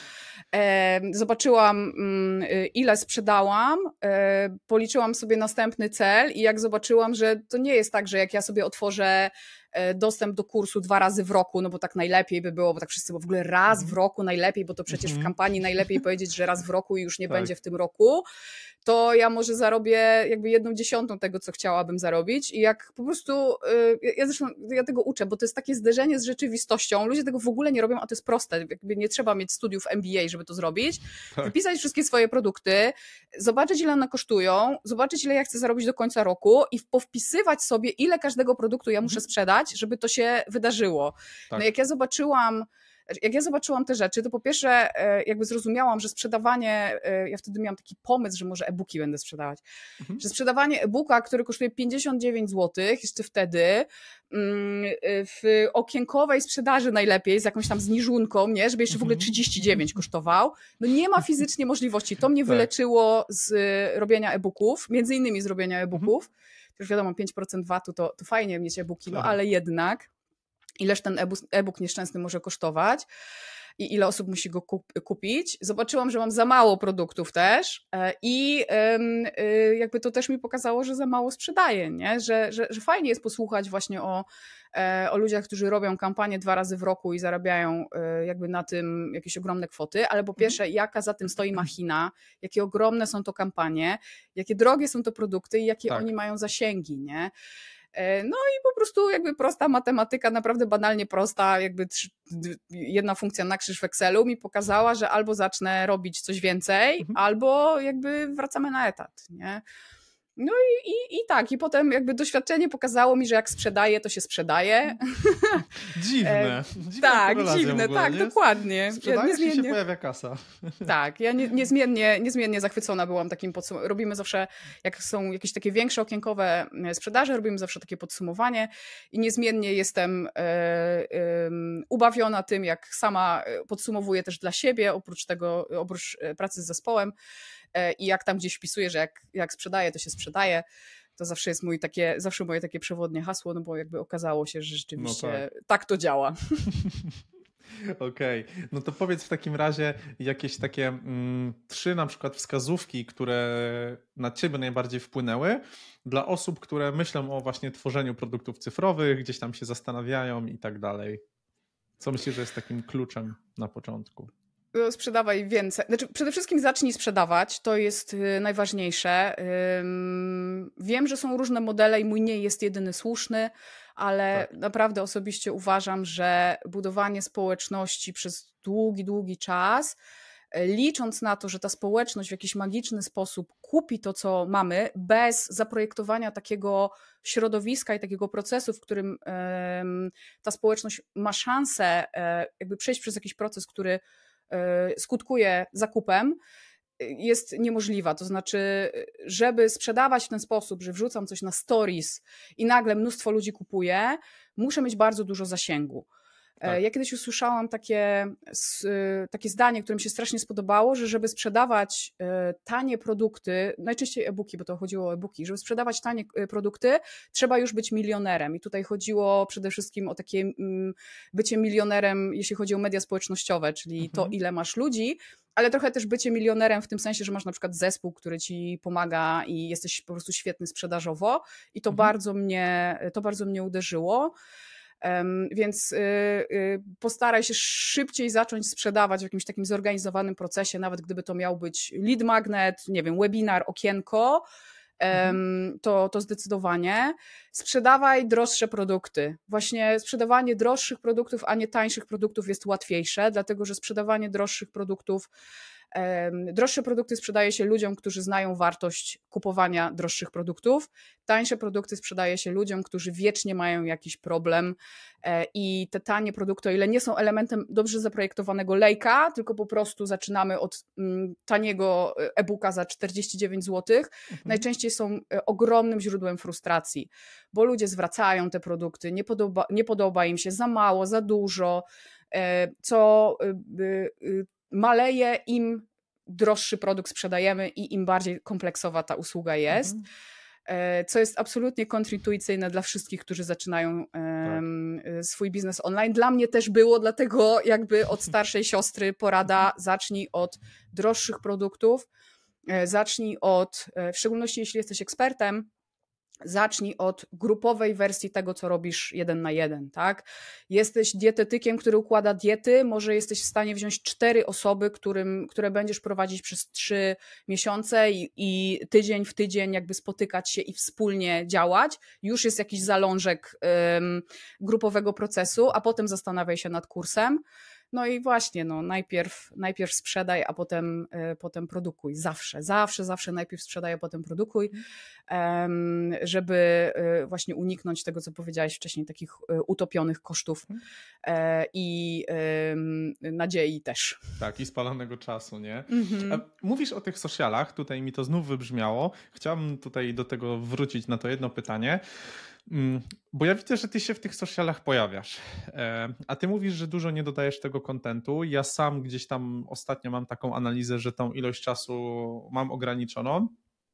Zobaczyłam, ile sprzedałam, policzyłam sobie następny cel i jak zobaczyłam, że to nie jest tak, że jak ja sobie otworzę dostęp do kursu dwa razy w roku, no bo tak najlepiej by było, bo tak wszyscy, bo w ogóle raz mm. w roku najlepiej, bo to przecież mm. w kampanii najlepiej powiedzieć, że raz w roku i już nie tak. będzie w tym roku, to ja może zarobię jakby jedną dziesiątą tego, co chciałabym zarobić i jak po prostu, ja zresztą ja tego uczę, bo to jest takie zderzenie z rzeczywistością, ludzie tego w ogóle nie robią, a to jest proste, jakby nie trzeba mieć studiów M B A, żeby to zrobić, tak. wypisać wszystkie swoje produkty, zobaczyć ile one kosztują, zobaczyć ile ja chcę zarobić do końca roku i powpisywać sobie ile każdego produktu ja muszę sprzedać, żeby to się wydarzyło. Tak. No jak ja zobaczyłam Jak ja zobaczyłam te rzeczy, to po pierwsze jakby zrozumiałam, że sprzedawanie, ja wtedy miałam taki pomysł, że może e-booki będę sprzedawać, mhm. że sprzedawanie e-booka, który kosztuje pięćdziesiąt dziewięć złotych jeszcze wtedy, w okienkowej sprzedaży najlepiej, z jakąś tam zniżunką, nie, żeby jeszcze w ogóle trzydzieści dziewięć kosztował, no nie ma fizycznie możliwości. To mnie tak. wyleczyło z robienia e-booków, między innymi z robienia e-booków. Mhm. Już wiadomo, pięć procent vatu to, to fajnie mieć e-booki, no ale jednak ileż ten e-book nieszczęsny może kosztować i ile osób musi go kupić. Zobaczyłam, że mam za mało produktów też i jakby to też mi pokazało, że za mało sprzedaję, nie? Że, że, że fajnie jest posłuchać właśnie o, o ludziach, którzy robią kampanię dwa razy w roku i zarabiają jakby na tym jakieś ogromne kwoty, ale po pierwsze, jaka za tym stoi machina, jakie ogromne są to kampanie, jakie drogie są to produkty i jakie tak. oni mają zasięgi, nie? No i po prostu jakby prosta matematyka, naprawdę banalnie prosta, jakby trzy, jedna funkcja na krzyż w Excelu mi pokazała, że albo zacznę robić coś więcej, mhm. albo jakby wracamy na etat, nie? No i, i, i tak, i potem jakby doświadczenie pokazało mi, że jak sprzedaję, to się sprzedaje. Dziwne. Dziwne tak, dziwne, ogóle, tak, nie? dokładnie. Sprzedajesz i się pojawia kasa. Tak, ja nie, niezmiennie, niezmiennie zachwycona byłam takim podsumowaniem. Robimy zawsze, jak są jakieś takie większe okienkowe sprzedaże, robimy zawsze takie podsumowanie i niezmiennie jestem e, e, ubawiona tym, jak sama podsumowuję też dla siebie, oprócz tego, oprócz pracy z zespołem e, i jak tam gdzieś wpisuję, że jak, jak sprzedaję, to się sprzedaje. To zawsze jest mój takie, zawsze moje takie przewodnie hasło, no bo jakby okazało się, że rzeczywiście no tak. tak to działa. Okej, okay. No to powiedz w takim razie jakieś takie mm, trzy na przykład wskazówki, które na ciebie najbardziej wpłynęły dla osób, które myślą o właśnie tworzeniu produktów cyfrowych, gdzieś tam się zastanawiają i tak dalej. Co myślisz, że jest takim kluczem na początku? Sprzedawaj więcej. Znaczy, przede wszystkim zacznij sprzedawać, to jest najważniejsze. Wiem, że są różne modele i mój nie jest jedyny słuszny, ale tak. Naprawdę osobiście uważam, że budowanie społeczności przez długi, długi czas, licząc na to, że ta społeczność w jakiś magiczny sposób kupi to, co mamy, bez zaprojektowania takiego środowiska i takiego procesu, w którym ta społeczność ma szansę jakby przejść przez jakiś proces, który skutkuje zakupem, jest niemożliwa. To znaczy, żeby sprzedawać w ten sposób, że wrzucam coś na stories i nagle mnóstwo ludzi kupuje, muszę mieć bardzo dużo zasięgu. Tak. Ja kiedyś usłyszałam takie, takie zdanie, które mi się strasznie spodobało, że żeby sprzedawać tanie produkty, najczęściej e-booki, bo to chodziło o e-booki, żeby sprzedawać tanie produkty, trzeba już być milionerem. I tutaj chodziło przede wszystkim o takie bycie milionerem, jeśli chodzi o media społecznościowe, czyli mhm. to, ile masz ludzi, ale trochę też bycie milionerem w tym sensie, że masz na przykład zespół, który ci pomaga i jesteś po prostu świetny sprzedażowo. I to, mhm. bardzo, mnie, to bardzo mnie uderzyło. Um, więc y, y, postaraj się szybciej zacząć sprzedawać w jakimś takim zorganizowanym procesie, nawet gdyby to miał być lead magnet, nie wiem, webinar, okienko, um, mhm. to, to zdecydowanie. Sprzedawaj droższe produkty. Właśnie sprzedawanie droższych produktów, a nie tańszych produktów jest łatwiejsze, dlatego że sprzedawanie droższych produktów Droższe produkty sprzedaje się ludziom, którzy znają wartość kupowania droższych produktów. Tańsze produkty sprzedaje się ludziom, którzy wiecznie mają jakiś problem i te tanie produkty, o ile nie są elementem dobrze zaprojektowanego lejka, tylko po prostu zaczynamy od taniego e-booka za czterdzieści dziewięć złotych, mhm. najczęściej są ogromnym źródłem frustracji, bo ludzie zwracają te produkty, nie podoba, nie podoba im się, za mało, za dużo, co maleje, im droższy produkt sprzedajemy i im bardziej kompleksowa ta usługa jest, mhm. co jest absolutnie kontrintuicyjne dla wszystkich, którzy zaczynają tak. swój biznes online. Dla mnie też było, dlatego jakby od starszej siostry porada, zacznij od droższych produktów, zacznij od, w szczególności jeśli jesteś ekspertem, zacznij od grupowej wersji tego, co robisz jeden na jeden, tak? Jesteś dietetykiem, który układa diety, może jesteś w stanie wziąć cztery osoby, którym, które będziesz prowadzić przez trzy miesiące i, i tydzień w tydzień jakby spotykać się i wspólnie działać. Już jest jakiś zalążek um, grupowego procesu, a potem zastanawiaj się nad kursem. No i właśnie, no, najpierw, najpierw sprzedaj, a potem, y, potem produkuj. Zawsze, zawsze, zawsze najpierw sprzedaj, a potem produkuj, um, żeby y, właśnie uniknąć tego, co powiedziałeś wcześniej, takich y, utopionych kosztów y, i y, nadziei też. Tak, i spalonego czasu, nie? Mhm. Mówisz o tych socialach, tutaj mi to znów wybrzmiało. Chciałbym tutaj do tego wrócić na to jedno pytanie. Bo ja widzę, że ty się w tych socialach pojawiasz, a ty mówisz, że dużo nie dodajesz tego kontentu. Ja sam gdzieś tam ostatnio mam taką analizę, że tą ilość czasu mam ograniczoną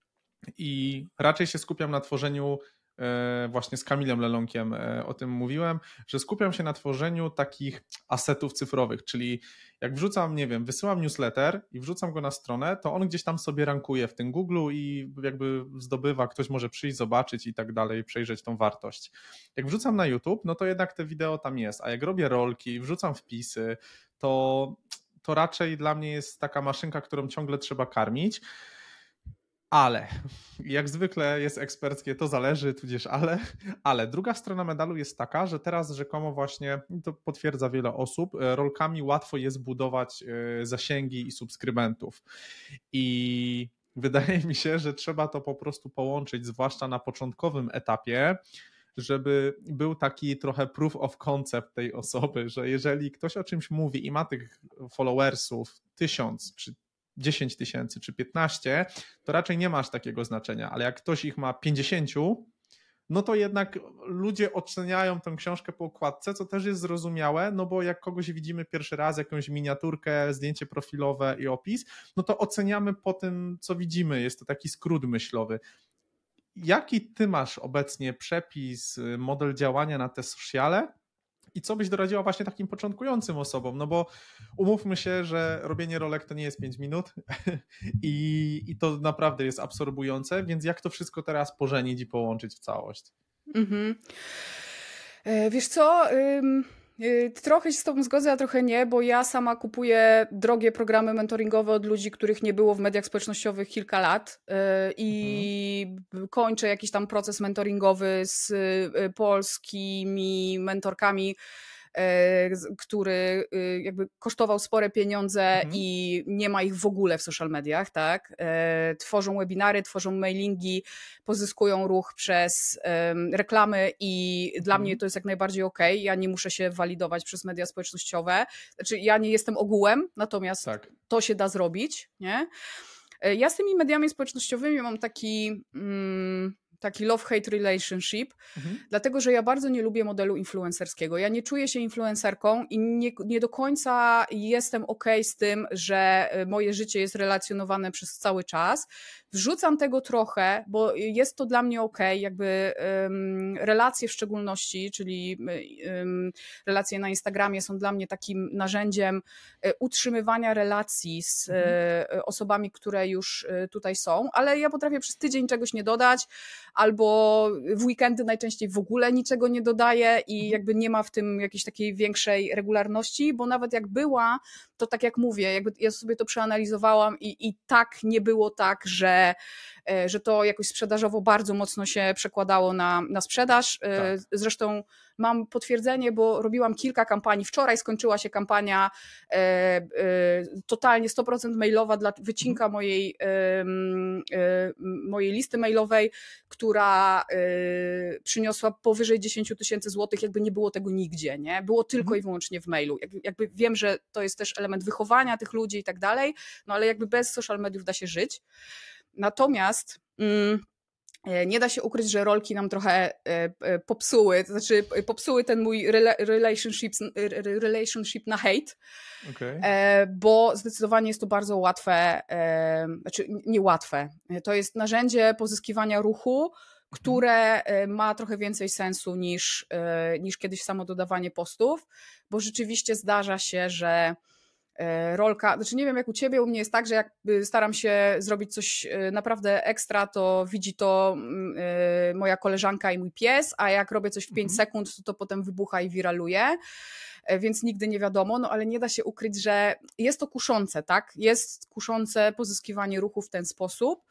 i raczej się skupiam na tworzeniu, właśnie z Kamilem Lelonkiem o tym mówiłem, że skupiam się na tworzeniu takich asetów cyfrowych, czyli jak wrzucam, nie wiem, wysyłam newsletter i wrzucam go na stronę, to on gdzieś tam sobie rankuje w tym Google i jakby zdobywa, ktoś może przyjść, zobaczyć i tak dalej, przejrzeć tą wartość. Jak wrzucam na YouTube, no to jednak te wideo tam jest, a jak robię rolki, wrzucam wpisy, to, to raczej dla mnie jest taka maszynka, którą ciągle trzeba karmić. Ale, jak zwykle jest eksperckie, to zależy, tudzież ale, ale druga strona medalu jest taka, że teraz rzekomo właśnie, to potwierdza wiele osób, rolkami łatwo jest budować zasięgi i subskrybentów. I Wydaje mi się, że trzeba to po prostu połączyć, zwłaszcza na początkowym etapie, żeby był taki trochę proof of concept tej osoby, że jeżeli ktoś o czymś mówi i ma tych followersów tysiąc, czy dziesięć tysięcy, czy piętnaście, to raczej nie masz takiego znaczenia, ale jak ktoś ich ma pięćdziesiąt, no to jednak ludzie oceniają tę książkę po okładce, co też jest zrozumiałe, no bo jak kogoś widzimy pierwszy raz, jakąś miniaturkę, zdjęcie profilowe i opis, no to oceniamy po tym, co widzimy. Jest to taki skrót myślowy. Jaki ty masz obecnie przepis, model działania na te sociale i co byś doradziła właśnie takim początkującym osobom? No bo umówmy się, że robienie rolek to nie jest pięć minut i, i to naprawdę jest absorbujące, więc jak to wszystko teraz pożenić i połączyć w całość? Mhm. Wiesz co, trochę się z tobą zgodzę, a trochę nie, bo ja sama kupuję drogie programy mentoringowe od ludzi, których nie było w mediach społecznościowych kilka lat i mhm. kończę jakiś tam proces mentoringowy z polskimi mentorkami, który jakby kosztował spore pieniądze mhm. i nie ma ich w ogóle w social mediach, tak? Tworzą webinary, tworzą mailingi, pozyskują ruch przez reklamy i mhm. dla mnie to jest jak najbardziej okej. Okay. Ja nie muszę się walidować przez media społecznościowe. Znaczy ja nie jestem ogółem, natomiast tak. to się da zrobić, nie? Ja z tymi mediami społecznościowymi mam taki... Mm, taki love-hate relationship, mhm. dlatego, że ja bardzo nie lubię modelu influencerskiego. Ja nie czuję się influencerką i nie, nie do końca jestem okej z tym, że moje życie jest relacjonowane przez cały czas. Wrzucam tego trochę, bo jest to dla mnie okej, jakby um, relacje w szczególności, czyli um, relacje na Instagramie są dla mnie takim narzędziem utrzymywania relacji z mhm. osobami, które już tutaj są, ale ja potrafię przez tydzień czegoś nie dodać, albo w weekendy najczęściej w ogóle niczego nie dodaję i jakby nie ma w tym jakiejś takiej większej regularności, bo nawet jak była, to tak jak mówię, jakby ja sobie to przeanalizowałam i, i tak nie było tak, że, że to jakoś sprzedażowo bardzo mocno się przekładało na, na sprzedaż. Tak. Zresztą mam potwierdzenie, bo robiłam kilka kampanii. Wczoraj skończyła się kampania e, e, totalnie sto procent mailowa dla wycinka mhm. mojej, e, e, mojej listy mailowej, która e, przyniosła powyżej dziesięć tysięcy złotych, jakby nie było tego nigdzie, nie? Było tylko mhm. i wyłącznie w mailu. Jakby, jakby wiem, że to jest też element wychowania tych ludzi i tak dalej, no ale jakby bez social mediów da się żyć. Natomiast mm, nie da się ukryć, że rolki nam trochę popsuły, to znaczy popsuły ten mój relationship, relationship na hate, okay. bo zdecydowanie jest to bardzo łatwe, znaczy niełatwe. To jest narzędzie pozyskiwania ruchu, które ma trochę więcej sensu niż, niż kiedyś samo dodawanie postów, bo rzeczywiście zdarza się, że rolka, znaczy nie wiem jak u ciebie, u mnie jest tak, że jak staram się zrobić coś naprawdę ekstra, to widzi to moja koleżanka i mój pies, a jak robię coś w pięć mhm. sekund, to to potem wybucha i wiraluje, więc nigdy nie wiadomo, no ale nie da się ukryć, że jest to kuszące, tak? Jest kuszące pozyskiwanie ruchu w ten sposób.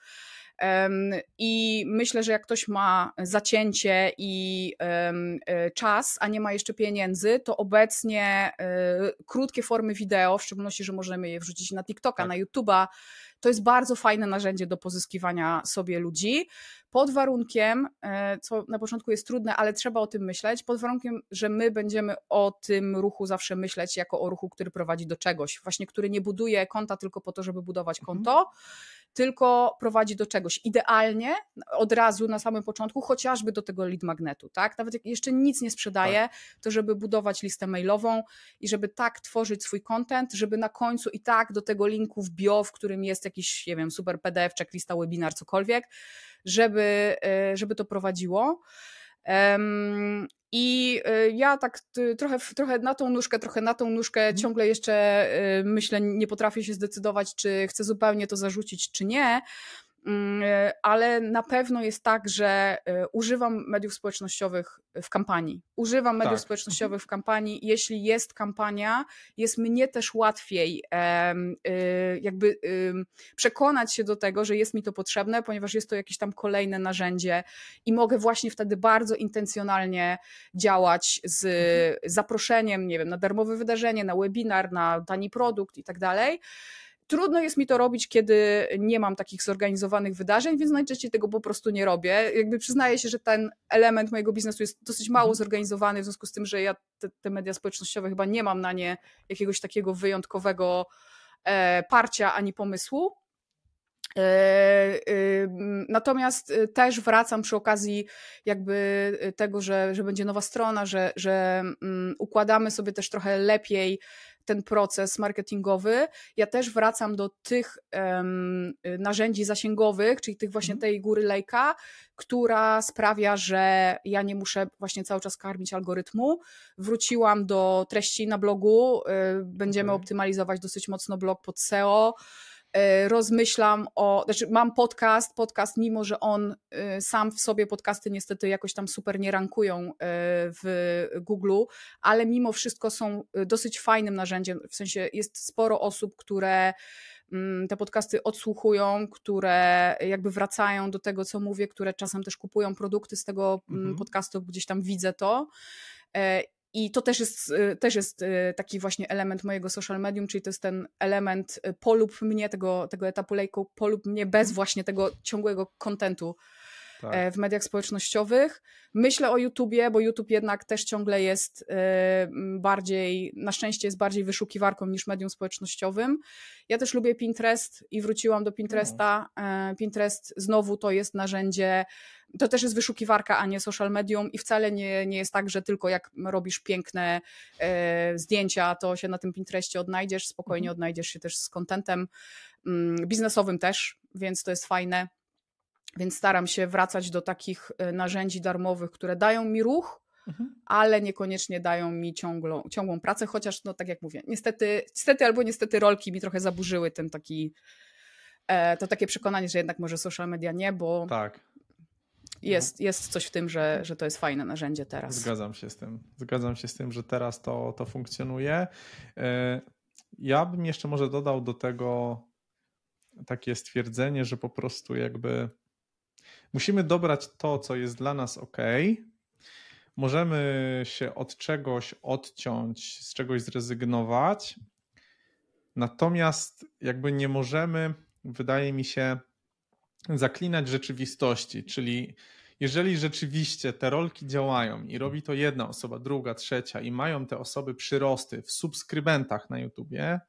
I myślę, że jak ktoś ma zacięcie i czas, a nie ma jeszcze pieniędzy, to obecnie krótkie formy wideo, w szczególności, że możemy je wrzucić na TikToka, tak. na YouTube'a, to jest bardzo fajne narzędzie do pozyskiwania sobie ludzi, pod warunkiem, co na początku jest trudne, ale trzeba o tym myśleć, pod warunkiem, że my będziemy o tym ruchu zawsze myśleć jako o ruchu, który prowadzi do czegoś, właśnie który nie buduje konta tylko po to, żeby budować konto, mhm. tylko prowadzi do czegoś. Idealnie od razu na samym początku, chociażby do tego lead magnetu, tak? Nawet jak jeszcze nic nie sprzedaje, tak. to żeby budować listę mailową i żeby tak tworzyć swój content, żeby na końcu i tak do tego linku w bio, w którym jest jakiś, nie wiem, super P D F, checklista, webinar, cokolwiek, żeby, żeby to prowadziło. Um, I ja tak trochę, trochę na tą nóżkę, trochę na tą nóżkę mm. ciągle jeszcze myślę, nie potrafię się zdecydować, czy chcę zupełnie to zarzucić, czy nie, ale na pewno jest tak, że używam mediów społecznościowych w kampanii. Używam mediów tak. społecznościowych w kampanii. Jeśli jest kampania, jest mnie też łatwiej jakby przekonać się do tego, że jest mi to potrzebne, ponieważ jest to jakieś tam kolejne narzędzie i mogę właśnie wtedy bardzo intencjonalnie działać z zaproszeniem, nie wiem, na darmowe wydarzenie, na webinar, na tani produkt i tak dalej. trudno jest mi to robić, kiedy nie mam takich zorganizowanych wydarzeń, więc najczęściej tego po prostu nie robię. Jakby przyznaję się, że ten element mojego biznesu jest dosyć mało zorganizowany, w związku z tym, że ja te, te media społecznościowe chyba nie mam na nie jakiegoś takiego wyjątkowego e, parcia ani pomysłu. Natomiast też wracam przy okazji jakby tego, że, że będzie nowa strona, że, że układamy sobie też trochę lepiej ten proces marketingowy. Ja też wracam do tych um, narzędzi zasięgowych, czyli tych właśnie tej góry lejka, która sprawia, że ja nie muszę właśnie cały czas karmić algorytmu. Wróciłam do treści na blogu, będziemy okay. optymalizować dosyć mocno blog pod S E O. Rozmyślam o, znaczy mam podcast, podcast mimo, że on sam w sobie, podcasty niestety jakoś tam super nie rankują w Google, ale mimo wszystko są dosyć fajnym narzędziem, w sensie jest sporo osób, które te podcasty odsłuchują, które jakby wracają do tego, co mówię, które czasem też kupują produkty z tego mhm. podcastu, gdzieś tam widzę to. I to też jest, też jest taki właśnie element mojego social medium, czyli to jest ten element polub mnie, tego, tego etapu lejku, polub mnie bez właśnie tego ciągłego kontentu tak. w mediach społecznościowych. Myślę o YouTubie, bo YouTube jednak też ciągle jest bardziej, na szczęście jest bardziej wyszukiwarką niż medium społecznościowym. Ja też lubię Pinterest i wróciłam do Pinteresta. No. Pinterest znowu to jest narzędzie, to też jest wyszukiwarka, a nie social medium i wcale nie, nie jest tak, że tylko jak robisz piękne e, zdjęcia, to się na tym Pinterestie odnajdziesz, spokojnie mhm. odnajdziesz się też z contentem mm, biznesowym też, więc to jest fajne. Więc staram się wracać do takich narzędzi darmowych, które dają mi ruch, mhm. ale niekoniecznie dają mi ciągłą, ciągłą pracę, chociaż no tak jak mówię, niestety, niestety albo niestety rolki mi trochę zaburzyły ten taki, e, to takie przekonanie, że jednak może social media nie, bo tak. Jest, jest coś w tym, że, że to jest fajne narzędzie teraz. Zgadzam się z tym. Zgadzam się z tym, że teraz to, to funkcjonuje. Ja bym jeszcze może dodał do tego takie stwierdzenie, że po prostu jakby musimy dobrać to, co jest dla nas ok. Możemy się od czegoś odciąć, z czegoś zrezygnować. Natomiast jakby nie możemy, wydaje mi się, zaklinać rzeczywistości, czyli jeżeli rzeczywiście te rolki działają i robi to jedna osoba, druga, trzecia i mają te osoby przyrosty w subskrybentach na YouTubie,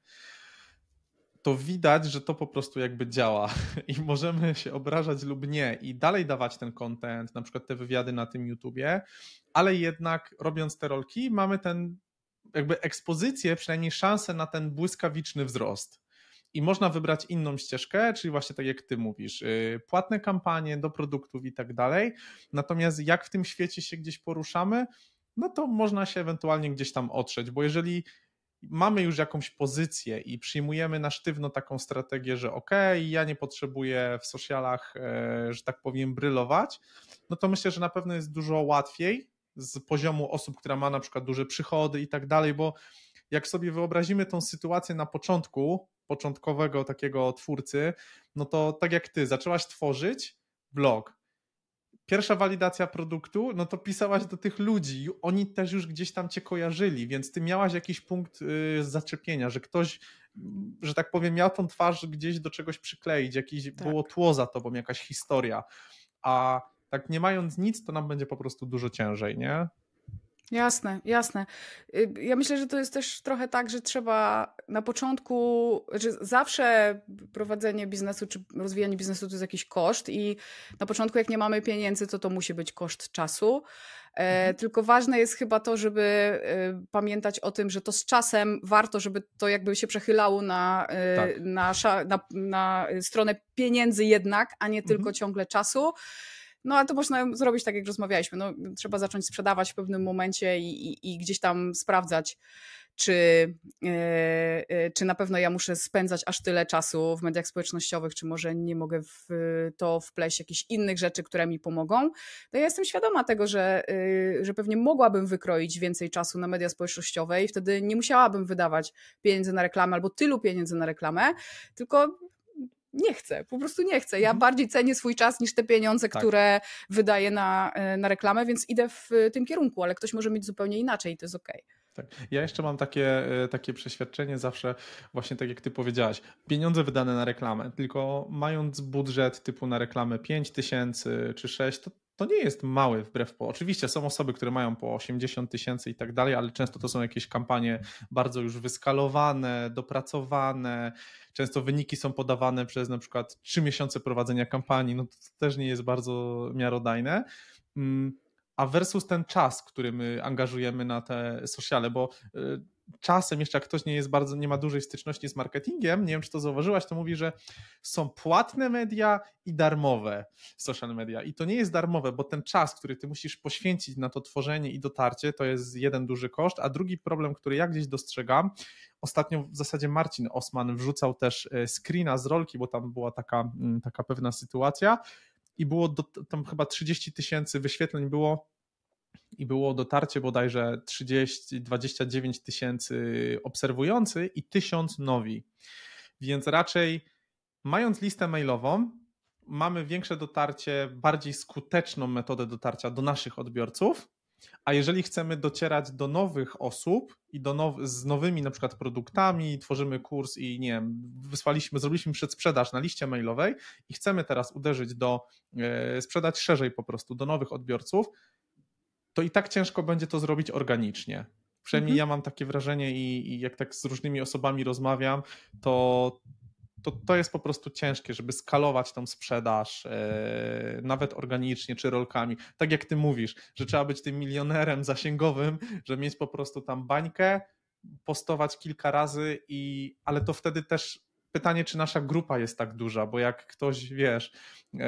to widać, że to po prostu jakby działa i możemy się obrażać lub nie i dalej dawać ten content, na przykład te wywiady na tym YouTubie, ale jednak robiąc te rolki mamy ten jakby ekspozycję, przynajmniej szansę na ten błyskawiczny wzrost. I można wybrać inną ścieżkę, czyli właśnie tak jak ty mówisz, płatne kampanie do produktów i tak dalej. Natomiast jak w tym świecie się gdzieś poruszamy, no to można się ewentualnie gdzieś tam otrzeć, bo jeżeli mamy już jakąś pozycję i przyjmujemy na sztywno taką strategię, że okej, okay, ja nie potrzebuję w socialach, że tak powiem, brylować, no to myślę, że na pewno jest dużo łatwiej z poziomu osób, która ma na przykład duże przychody i tak dalej, bo jak sobie wyobrazimy tą sytuację na początku, początkowego takiego twórcy, no to tak jak ty, zaczęłaś tworzyć blog. Pierwsza walidacja produktu, no to pisałaś do tych ludzi, oni też już gdzieś tam cię kojarzyli, więc ty miałaś jakiś punkt y, zaczepienia, że ktoś, że tak powiem, miał tą twarz gdzieś do czegoś przykleić, jakieś tak. było tło za tobą, jakaś historia, a tak nie mając nic, to nam będzie po prostu dużo ciężej, nie? Jasne, jasne. Ja myślę, że to jest też trochę tak, że trzeba na początku, że zawsze prowadzenie biznesu czy rozwijanie biznesu to jest jakiś koszt i na początku jak nie mamy pieniędzy, to to musi być koszt czasu. Mhm. Tylko ważne jest chyba to, żeby pamiętać o tym, że to z czasem warto, żeby to jakby się przechylało na, tak. na, na, na stronę pieniędzy jednak, a nie tylko mhm. ciągle czasu. No ale to można zrobić tak, jak rozmawialiśmy. No, trzeba zacząć sprzedawać w pewnym momencie i, i, i gdzieś tam sprawdzać, czy, yy, yy, czy na pewno ja muszę spędzać aż tyle czasu w mediach społecznościowych, czy może nie mogę w to wpleść jakichś innych rzeczy, które mi pomogą. No ja jestem świadoma tego, że, yy, że pewnie mogłabym wykroić więcej czasu na media społecznościowe i wtedy nie musiałabym wydawać pieniędzy na reklamę albo tylu pieniędzy na reklamę, tylko nie chcę, po prostu nie chcę. Ja mhm. bardziej cenię swój czas niż te pieniądze, tak. które wydaję na, na reklamę, więc idę w tym kierunku, ale ktoś może mieć zupełnie inaczej i to jest okej. Tak. Ja jeszcze mam takie, takie przeświadczenie zawsze, właśnie tak jak ty powiedziałaś, pieniądze wydane na reklamę, tylko mając budżet typu na reklamę pięć tysięcy czy sześć, to, to nie jest mały wbrew po. Oczywiście są osoby, które mają po osiemdziesiąt tysięcy i tak dalej, ale często to są jakieś kampanie bardzo już wyskalowane, dopracowane, często wyniki są podawane przez na przykład trzy miesiące prowadzenia kampanii, no to też nie jest bardzo miarodajne. A versus ten czas, który my angażujemy na te sociale, bo czasem jeszcze jak ktoś nie jest bardzo, nie ma dużej styczności z marketingiem, nie wiem czy to zauważyłaś, to mówi, że są płatne media i darmowe social media i to nie jest darmowe, bo ten czas, który ty musisz poświęcić na to tworzenie i dotarcie, to jest jeden duży koszt, a drugi problem, który ja gdzieś dostrzegam, ostatnio w zasadzie Marcin Osman wrzucał też screena z rolki, bo tam była taka, taka pewna sytuacja i było do, tam chyba trzydzieści tysięcy wyświetleń było i było dotarcie bodajże trzydzieści, dwadzieścia dziewięć tysięcy obserwujących i tysiąc nowi. Więc raczej mając listę mailową, mamy większe dotarcie, bardziej skuteczną metodę dotarcia do naszych odbiorców, a jeżeli chcemy docierać do nowych osób i do now, z nowymi na przykład produktami, tworzymy kurs i nie wiem, wysłaliśmy, zrobiliśmy przedsprzedaż na liście mailowej i chcemy teraz uderzyć do, e, sprzedać szerzej po prostu do nowych odbiorców, to i tak ciężko będzie to zrobić organicznie. Przynajmniej mhm. ja mam takie wrażenie i, i jak tak z różnymi osobami rozmawiam, to to, to jest po prostu ciężkie, żeby skalować tą sprzedaż yy, nawet organicznie czy rolkami. Tak jak ty mówisz, że trzeba być tym milionerem zasięgowym, żeby mieć po prostu tam bańkę, postować kilka razy, i, ale to wtedy też pytanie, czy nasza grupa jest tak duża, bo jak ktoś, wiesz, yy,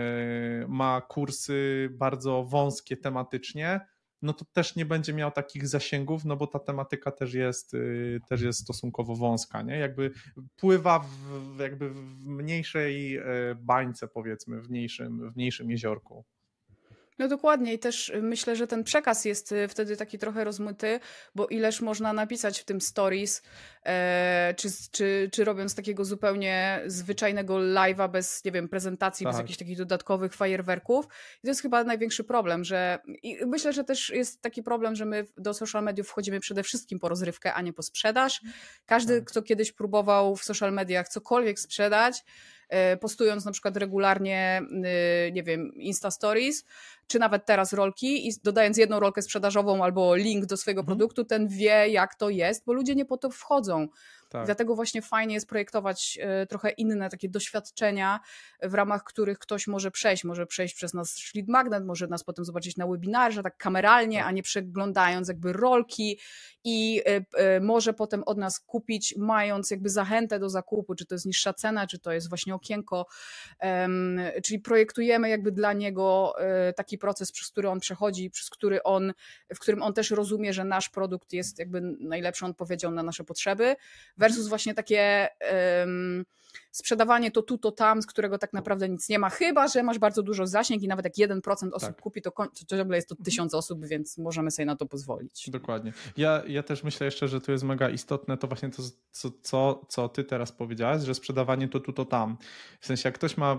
ma kursy bardzo wąskie tematycznie, no to też nie będzie miał takich zasięgów, no bo ta tematyka też jest, yy, też jest stosunkowo wąska, nie? Jakby pływa w, jakby w mniejszej yy, bańce, powiedzmy, w mniejszym, w mniejszym jeziorku. No dokładnie i też myślę, że ten przekaz jest wtedy taki trochę rozmyty, bo ileż można napisać w tym stories, e, czy, czy, czy robiąc takiego zupełnie zwyczajnego live'a bez, nie wiem, prezentacji, tak. bez jakichś takich dodatkowych fajerwerków. I to jest chyba największy problem, że i myślę, że też jest taki problem, że my do social mediów wchodzimy przede wszystkim po rozrywkę, a nie po sprzedaż. Każdy, tak. kto kiedyś próbował w social mediach cokolwiek sprzedać, postując na przykład regularnie, nie wiem, Insta Stories, czy nawet teraz rolki i dodając jedną rolkę sprzedażową albo link do swojego mhm. produktu, ten wie, jak to jest, bo ludzie nie po to wchodzą. Tak. Dlatego właśnie fajnie jest projektować trochę inne takie doświadczenia, w ramach których ktoś może przejść. Może przejść przez nas lead magnet, może nas potem zobaczyć na webinarze, tak kameralnie, tak. a nie przeglądając jakby rolki i może potem od nas kupić, mając jakby zachętę do zakupu, czy to jest niższa cena, czy to jest właśnie okienko, um, czyli projektujemy jakby dla niego taki proces, przez który on przechodzi, przez który on, w którym on też rozumie, że nasz produkt jest jakby najlepszą odpowiedzią na nasze potrzeby, versus właśnie takie um, sprzedawanie to tu, to tam, z którego tak naprawdę nic nie ma, chyba że masz bardzo dużo zasięg i nawet jak jeden procent osób tak. kupi, to, to ciągle jest to tysiąc osób, więc możemy sobie na to pozwolić. Dokładnie. Ja, ja też myślę jeszcze, że tu jest mega istotne to właśnie to, co, co, co ty teraz powiedziałaś, że sprzedawanie to tu, to tam. W sensie jak ktoś ma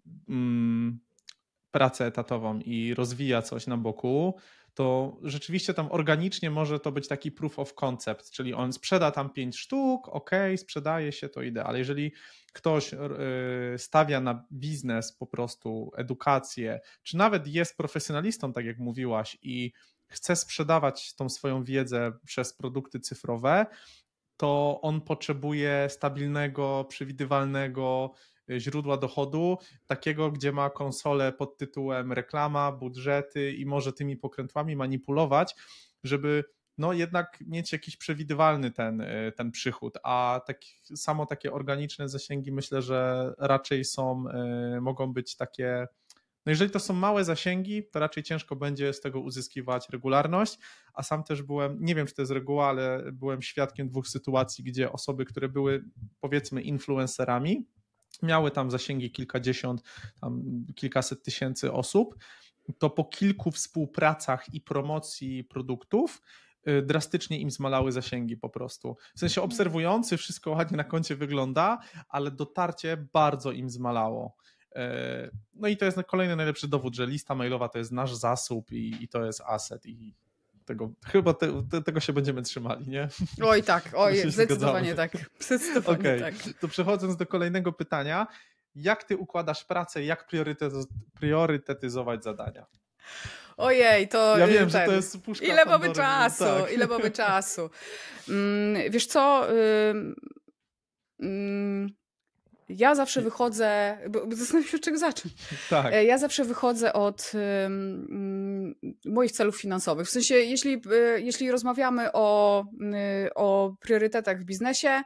mm, pracę etatową i rozwija coś na boku, to rzeczywiście tam organicznie może to być taki proof of concept, czyli on sprzeda tam pięć sztuk, ok, sprzedaje się, to idę, ale jeżeli ktoś stawia na biznes po prostu edukację, czy nawet jest profesjonalistą, tak jak mówiłaś, i chce sprzedawać tą swoją wiedzę przez produkty cyfrowe, to on potrzebuje stabilnego, przewidywalnego źródła dochodu, takiego, gdzie ma konsolę pod tytułem reklama, budżety i może tymi pokrętłami manipulować, żeby no jednak mieć jakiś przewidywalny ten, ten przychód, a tak, samo takie organiczne zasięgi myślę, że raczej są, mogą być takie, no jeżeli to są małe zasięgi, to raczej ciężko będzie z tego uzyskiwać regularność, a sam też byłem, nie wiem czy to jest reguła, ale byłem świadkiem dwóch sytuacji, gdzie osoby, które były powiedzmy influencerami, miały tam zasięgi kilkadziesiąt, tam kilkaset tysięcy osób, to po kilku współpracach i promocji produktów drastycznie im zmalały zasięgi po prostu. W sensie obserwujący wszystko ładnie na koncie wygląda, ale dotarcie bardzo im zmalało. No i to jest kolejny najlepszy dowód, że lista mailowa to jest nasz zasób i, i to jest asset i tego, chyba te, te, tego się będziemy trzymali, nie? Oj tak, oj, się zdecydowanie zgadzamy. tak. Zdecydowanie Okej, tak. to przechodząc do kolejnego pytania, jak ty układasz pracę, jak priorytet- priorytetyzować zadania? Ojej, to Ja wiem, ten, że to jest puszka ile Pandory, mamy czasu, tak. ile mamy czasu. Mm, wiesz co, ym, ym, ja zawsze wychodzę, bo, bo zastanawiam się, od czego zacząć. Tak. Ja zawsze wychodzę od ym, moich celów finansowych. W sensie, jeśli, y, jeśli rozmawiamy o, y, o priorytetach w biznesie,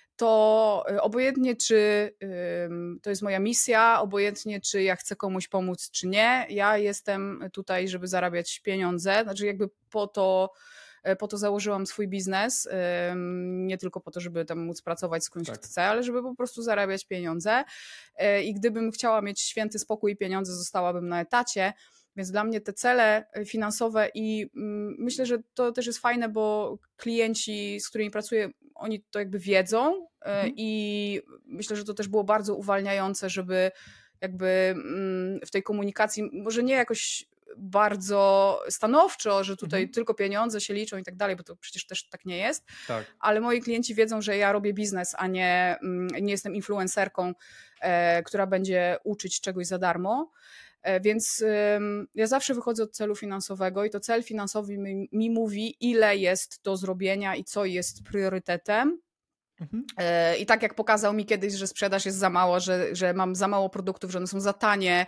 to obojętnie, czy ym, to jest moja misja, obojętnie, czy ja chcę komuś pomóc, czy nie, ja jestem tutaj, żeby zarabiać pieniądze. Znaczy jakby po to, po to założyłam swój biznes, ym, nie tylko po to, żeby tam móc pracować skądś Tak. chcę, ale żeby po prostu zarabiać pieniądze. Yy, I gdybym chciała mieć święty spokój i pieniądze, zostałabym na etacie. Więc dla mnie te cele finansowe i myślę, że to też jest fajne, bo klienci, z którymi pracuję, oni to jakby wiedzą Mhm. i myślę, że to też było bardzo uwalniające, żeby jakby w tej komunikacji, może nie jakoś bardzo stanowczo, że tutaj Mhm. tylko pieniądze się liczą i tak dalej, bo to przecież też tak nie jest, Tak. ale moi klienci wiedzą, że ja robię biznes, a nie, nie jestem influencerką, e, która będzie uczyć czegoś za darmo. Więc ym, ja zawsze wychodzę od celu finansowego i to cel finansowy mi, mi mówi, ile jest do zrobienia i co jest priorytetem. Mhm. Yy, I tak jak pokazał mi kiedyś, że sprzedaż jest za mało, że, że mam za mało produktów, że one są za tanie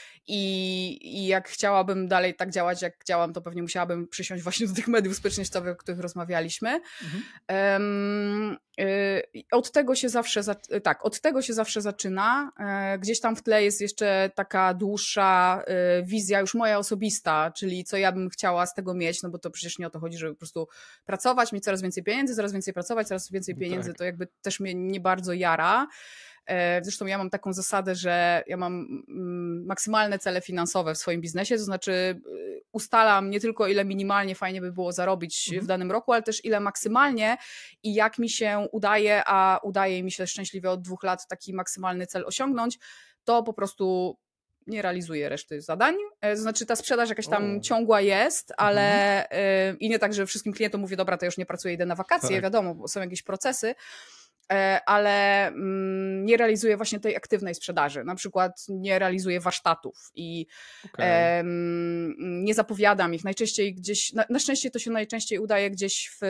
i, i jak chciałabym dalej tak działać, jak działam, to pewnie musiałabym przysiąść właśnie do tych mediów społecznościowych, o których rozmawialiśmy. Mhm. Um, y, od tego się zawsze, tak, od tego się zawsze zaczyna. Y, gdzieś tam w tle jest jeszcze taka dłuższa y, wizja już moja osobista, czyli co ja bym chciała z tego mieć, no bo to przecież nie o to chodzi, żeby po prostu pracować, mieć coraz więcej pieniędzy, coraz więcej pracować, coraz więcej pieniędzy, Tak. to jakby też mnie nie bardzo jara. Zresztą ja mam taką zasadę, że ja mam maksymalne cele finansowe w swoim biznesie, to znaczy ustalam nie tylko ile minimalnie fajnie by było zarobić Mhm. w danym roku, ale też ile maksymalnie i jak mi się udaje, a udaje mi się szczęśliwie od dwóch lat taki maksymalny cel osiągnąć, to po prostu nie realizuję reszty zadań. To znaczy ta sprzedaż jakaś tam O. ciągła jest, ale Mhm. i nie tak, że wszystkim klientom mówię, dobra, to już nie pracuję, idę na wakacje, Tak. wiadomo, bo są jakieś procesy, ale nie realizuję właśnie tej aktywnej sprzedaży. Na przykład nie realizuję warsztatów i okay. nie zapowiadam ich. Najczęściej gdzieś, na, na szczęście to się najczęściej udaje gdzieś w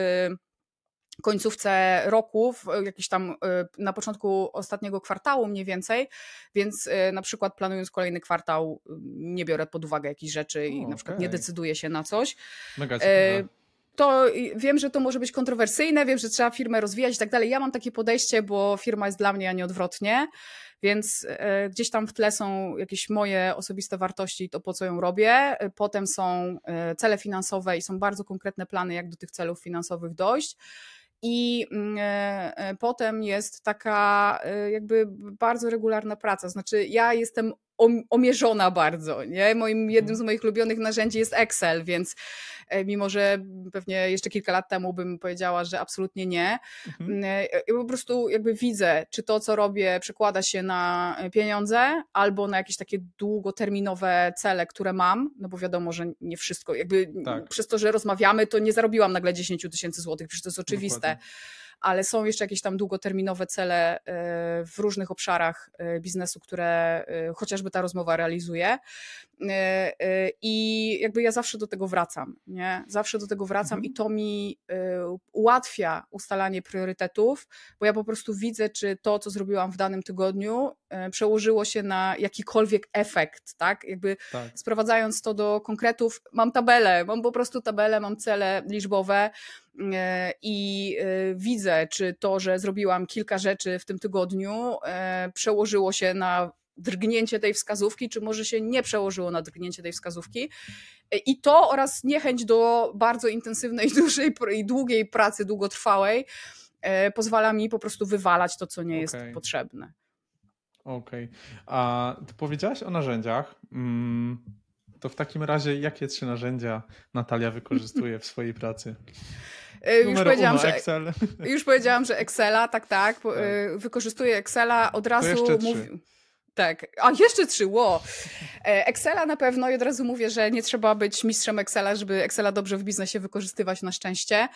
końcówce roku, jakiś tam na początku ostatniego kwartału mniej więcej, więc na przykład planując kolejny kwartał nie biorę pod uwagę jakichś rzeczy o, i na okay. przykład nie decyduję się na coś. Mega ciekawe. To wiem, że to może być kontrowersyjne, wiem, że trzeba firmę rozwijać i tak dalej. Ja mam takie podejście, bo firma jest dla mnie, a nie odwrotnie, więc gdzieś tam w tle są jakieś moje osobiste wartości i to, po co ją robię. Potem są cele finansowe i są bardzo konkretne plany, jak do tych celów finansowych dojść. I potem jest taka jakby bardzo regularna praca. Znaczy ja jestem omierzona bardzo, nie? Moim, jednym z moich ulubionych narzędzi jest Excel, więc mimo, że pewnie jeszcze kilka lat temu bym powiedziała, że absolutnie nie, mhm. ja po prostu jakby widzę, czy to, co robię, przekłada się na pieniądze albo na jakieś takie długoterminowe cele, które mam, no bo wiadomo, że nie wszystko, jakby tak. Przez to, że rozmawiamy, to nie zarobiłam nagle dziesięć tysięcy złotych, przecież to jest oczywiste. Dokładnie. Ale są jeszcze jakieś tam długoterminowe cele w różnych obszarach biznesu, które chociażby ta rozmowa realizuje. I jakby ja zawsze do tego wracam, nie? Zawsze do tego wracam mhm. i to mi ułatwia ustalanie priorytetów, bo ja po prostu widzę, czy to, co zrobiłam w danym tygodniu, przełożyło się na jakikolwiek efekt, tak? Jakby tak. Sprowadzając to do konkretów, mam tabelę, mam po prostu tabelę, mam cele liczbowe, i widzę, czy to, że zrobiłam kilka rzeczy w tym tygodniu, przełożyło się na drgnięcie tej wskazówki, czy może się nie przełożyło na drgnięcie tej wskazówki. I to oraz niechęć do bardzo intensywnej, dużej i długiej pracy, długotrwałej pozwala mi po prostu wywalać to, co nie jest okay. potrzebne. Okej. Okay. A ty powiedziałaś o narzędziach. Mm, to w takim razie jakie trzy narzędzia Natalia wykorzystuje w swojej pracy? Już powiedziałam, uno, że, Excel. już powiedziałam, że Excela, tak, tak, tak. Wykorzystuję Excela, od razu mówię. Tak, a jeszcze trzy, wow. Excela na pewno i od razu mówię, że nie trzeba być mistrzem Excela, żeby Excela dobrze w biznesie wykorzystywać na szczęście.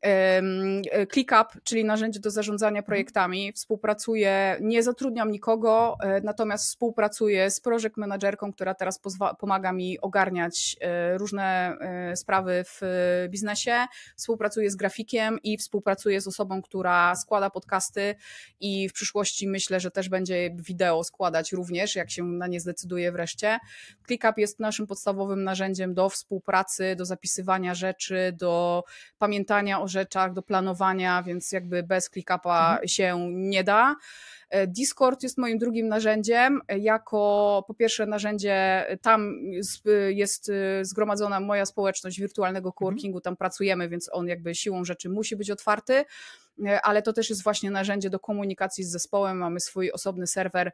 ClickUp, czyli narzędzie do zarządzania projektami. Współpracuję, nie zatrudniam nikogo, natomiast współpracuję z project managerką, która teraz pozwa- pomaga mi ogarniać różne sprawy w biznesie. Współpracuję z grafikiem i współpracuję z osobą, która składa podcasty i w przyszłości myślę, że też będzie wideo składać również, jak się na nie zdecyduje wreszcie. ClickUp jest naszym podstawowym narzędziem do współpracy, do zapisywania rzeczy, do pamiętania o rzeczach, do planowania, więc jakby bez ClickUpa mhm. się nie da. Discord jest moim drugim narzędziem, jako po pierwsze narzędzie, tam jest zgromadzona moja społeczność wirtualnego coworkingu, tam pracujemy, więc on jakby siłą rzeczy musi być otwarty, ale to też jest właśnie narzędzie do komunikacji z zespołem, mamy swój osobny serwer,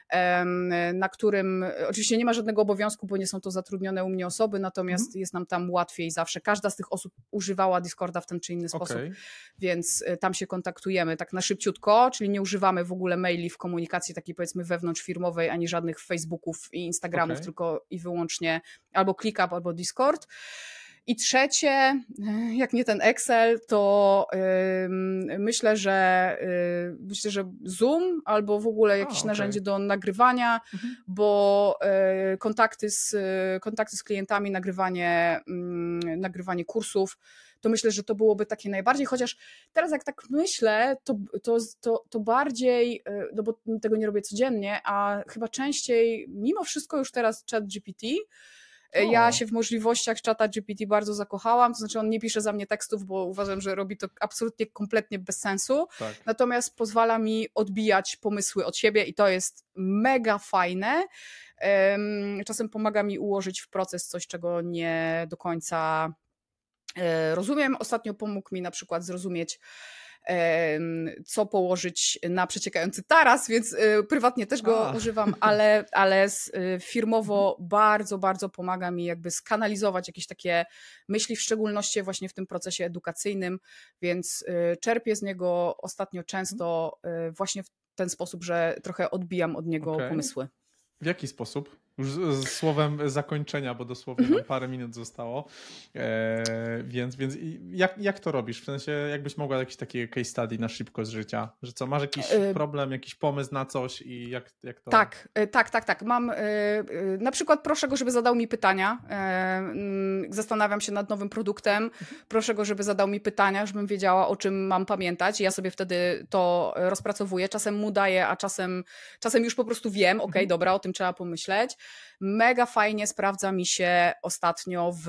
na którym oczywiście nie ma żadnego obowiązku, bo nie są to zatrudnione u mnie osoby, natomiast mhm. jest nam tam łatwiej zawsze. Każda z tych osób używała Discorda w ten czy inny sposób, okay. więc tam się kontaktujemy tak na szybciutko, czyli nie używamy w ogóle maili w komunikacji takiej powiedzmy wewnątrzfirmowej, ani żadnych Facebooków i Instagramów, okay. tylko i wyłącznie albo ClickUp, albo Discord. I trzecie, jak nie ten Excel, to yy, myślę, że yy, myślę, że Zoom albo w ogóle jakieś A, okay. narzędzie do nagrywania, mhm. bo yy, kontakty, z, yy, kontakty z klientami, nagrywanie, yy, nagrywanie kursów, to myślę, że to byłoby takie najbardziej, chociaż teraz jak tak myślę, to, to, to, to bardziej, no bo tego nie robię codziennie, a chyba częściej, mimo wszystko już teraz ChatGPT. O. Ja się w możliwościach czata G P T bardzo zakochałam, to znaczy on nie pisze za mnie tekstów, bo uważam, że robi to absolutnie, kompletnie bez sensu, tak. natomiast pozwala mi odbijać pomysły od siebie i to jest mega fajne. Czasem pomaga mi ułożyć w proces coś, czego nie do końca rozumiem. Ostatnio pomógł mi na przykład zrozumieć, co położyć na przeciekający taras, więc prywatnie też go A. używam, ale, ale firmowo bardzo, bardzo pomaga mi jakby skanalizować jakieś takie myśli, w szczególności właśnie w tym procesie edukacyjnym, więc czerpię z niego ostatnio często właśnie w ten sposób, że trochę odbijam od niego okay. pomysły. W jaki sposób? Już z, z słowem zakończenia, bo dosłownie mm-hmm. parę minut zostało. E, więc więc jak, jak to robisz? W sensie, jakbyś mogła jakiś taki case study na szybko z życia? Że co, masz jakiś y- problem, jakiś pomysł na coś i jak, jak to... Tak, y- tak, tak, tak. Mam y- y- na przykład proszę go, żeby zadał mi pytania. Y- y- zastanawiam się nad nowym produktem. Mm-hmm. Proszę go, żeby zadał mi pytania, żebym wiedziała, o czym mam pamiętać. I ja sobie wtedy to rozpracowuję. Czasem mu daję, a czasem, czasem już po prostu wiem, okej, okay, mm-hmm. dobra, o tym trzeba pomyśleć. Mega fajnie sprawdza mi się ostatnio w,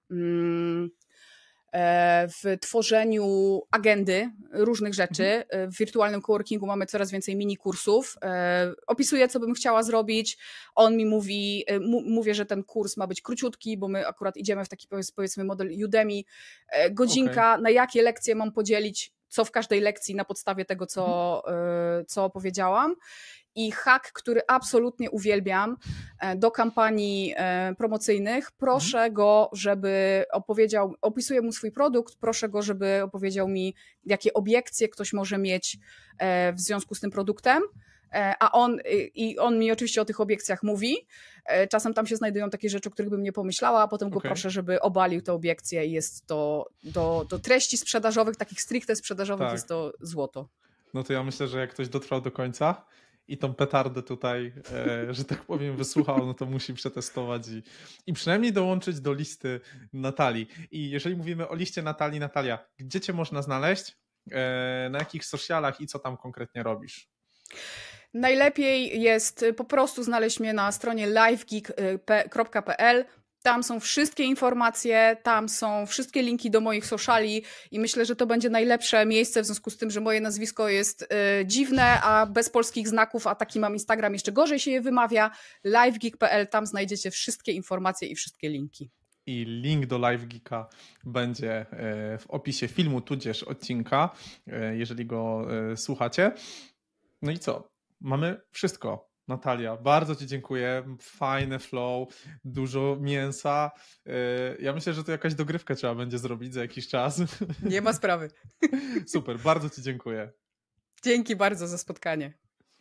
w tworzeniu agendy różnych rzeczy. W wirtualnym coworkingu mamy coraz więcej mini kursów. Opisuję, co bym chciała zrobić. On mi mówi, mówię, że ten kurs ma być króciutki, bo my akurat idziemy w taki powiedzmy model Udemy. Godzinka, okay. na jakie lekcje mam podzielić, co w każdej lekcji na podstawie tego, co, mhm. co powiedziałam. I hack, który absolutnie uwielbiam do kampanii promocyjnych, proszę mhm. go, żeby opowiedział, opisuję mu swój produkt, proszę go, żeby opowiedział mi, jakie obiekcje ktoś może mieć w związku z tym produktem, a on, i on mi oczywiście o tych obiekcjach mówi. Czasem tam się znajdują takie rzeczy, o których bym nie pomyślała, a potem go okay. proszę, żeby obalił te obiekcje i jest to do, do treści sprzedażowych, takich stricte sprzedażowych, tak. jest to złoto. No to ja myślę, że jak ktoś dotrwał do końca i tą petardę tutaj, e, że tak powiem, wysłuchał, no to musi przetestować i, i przynajmniej dołączyć do listy Natalii. I jeżeli mówimy o liście Natalii, Natalia, gdzie cię można znaleźć, e, na jakich socialach i co tam konkretnie robisz? Najlepiej jest po prostu znaleźć mnie na stronie livegeek kropka p l. Tam są wszystkie informacje, tam są wszystkie linki do moich sociali i myślę, że to będzie najlepsze miejsce w związku z tym, że moje nazwisko jest y, dziwne, a bez polskich znaków, a taki mam Instagram, jeszcze gorzej się je wymawia. livegeek kropka p l, tam znajdziecie wszystkie informacje i wszystkie linki. I link do LiveGeeka będzie w opisie filmu, tudzież odcinka, jeżeli go słuchacie. No i co? Mamy wszystko. Natalia, bardzo ci dziękuję. Fajne flow, dużo mięsa. Ja myślę, że to jakaś dogrywkę trzeba będzie zrobić za jakiś czas. Nie ma sprawy. Super, bardzo ci dziękuję. Dzięki bardzo za spotkanie.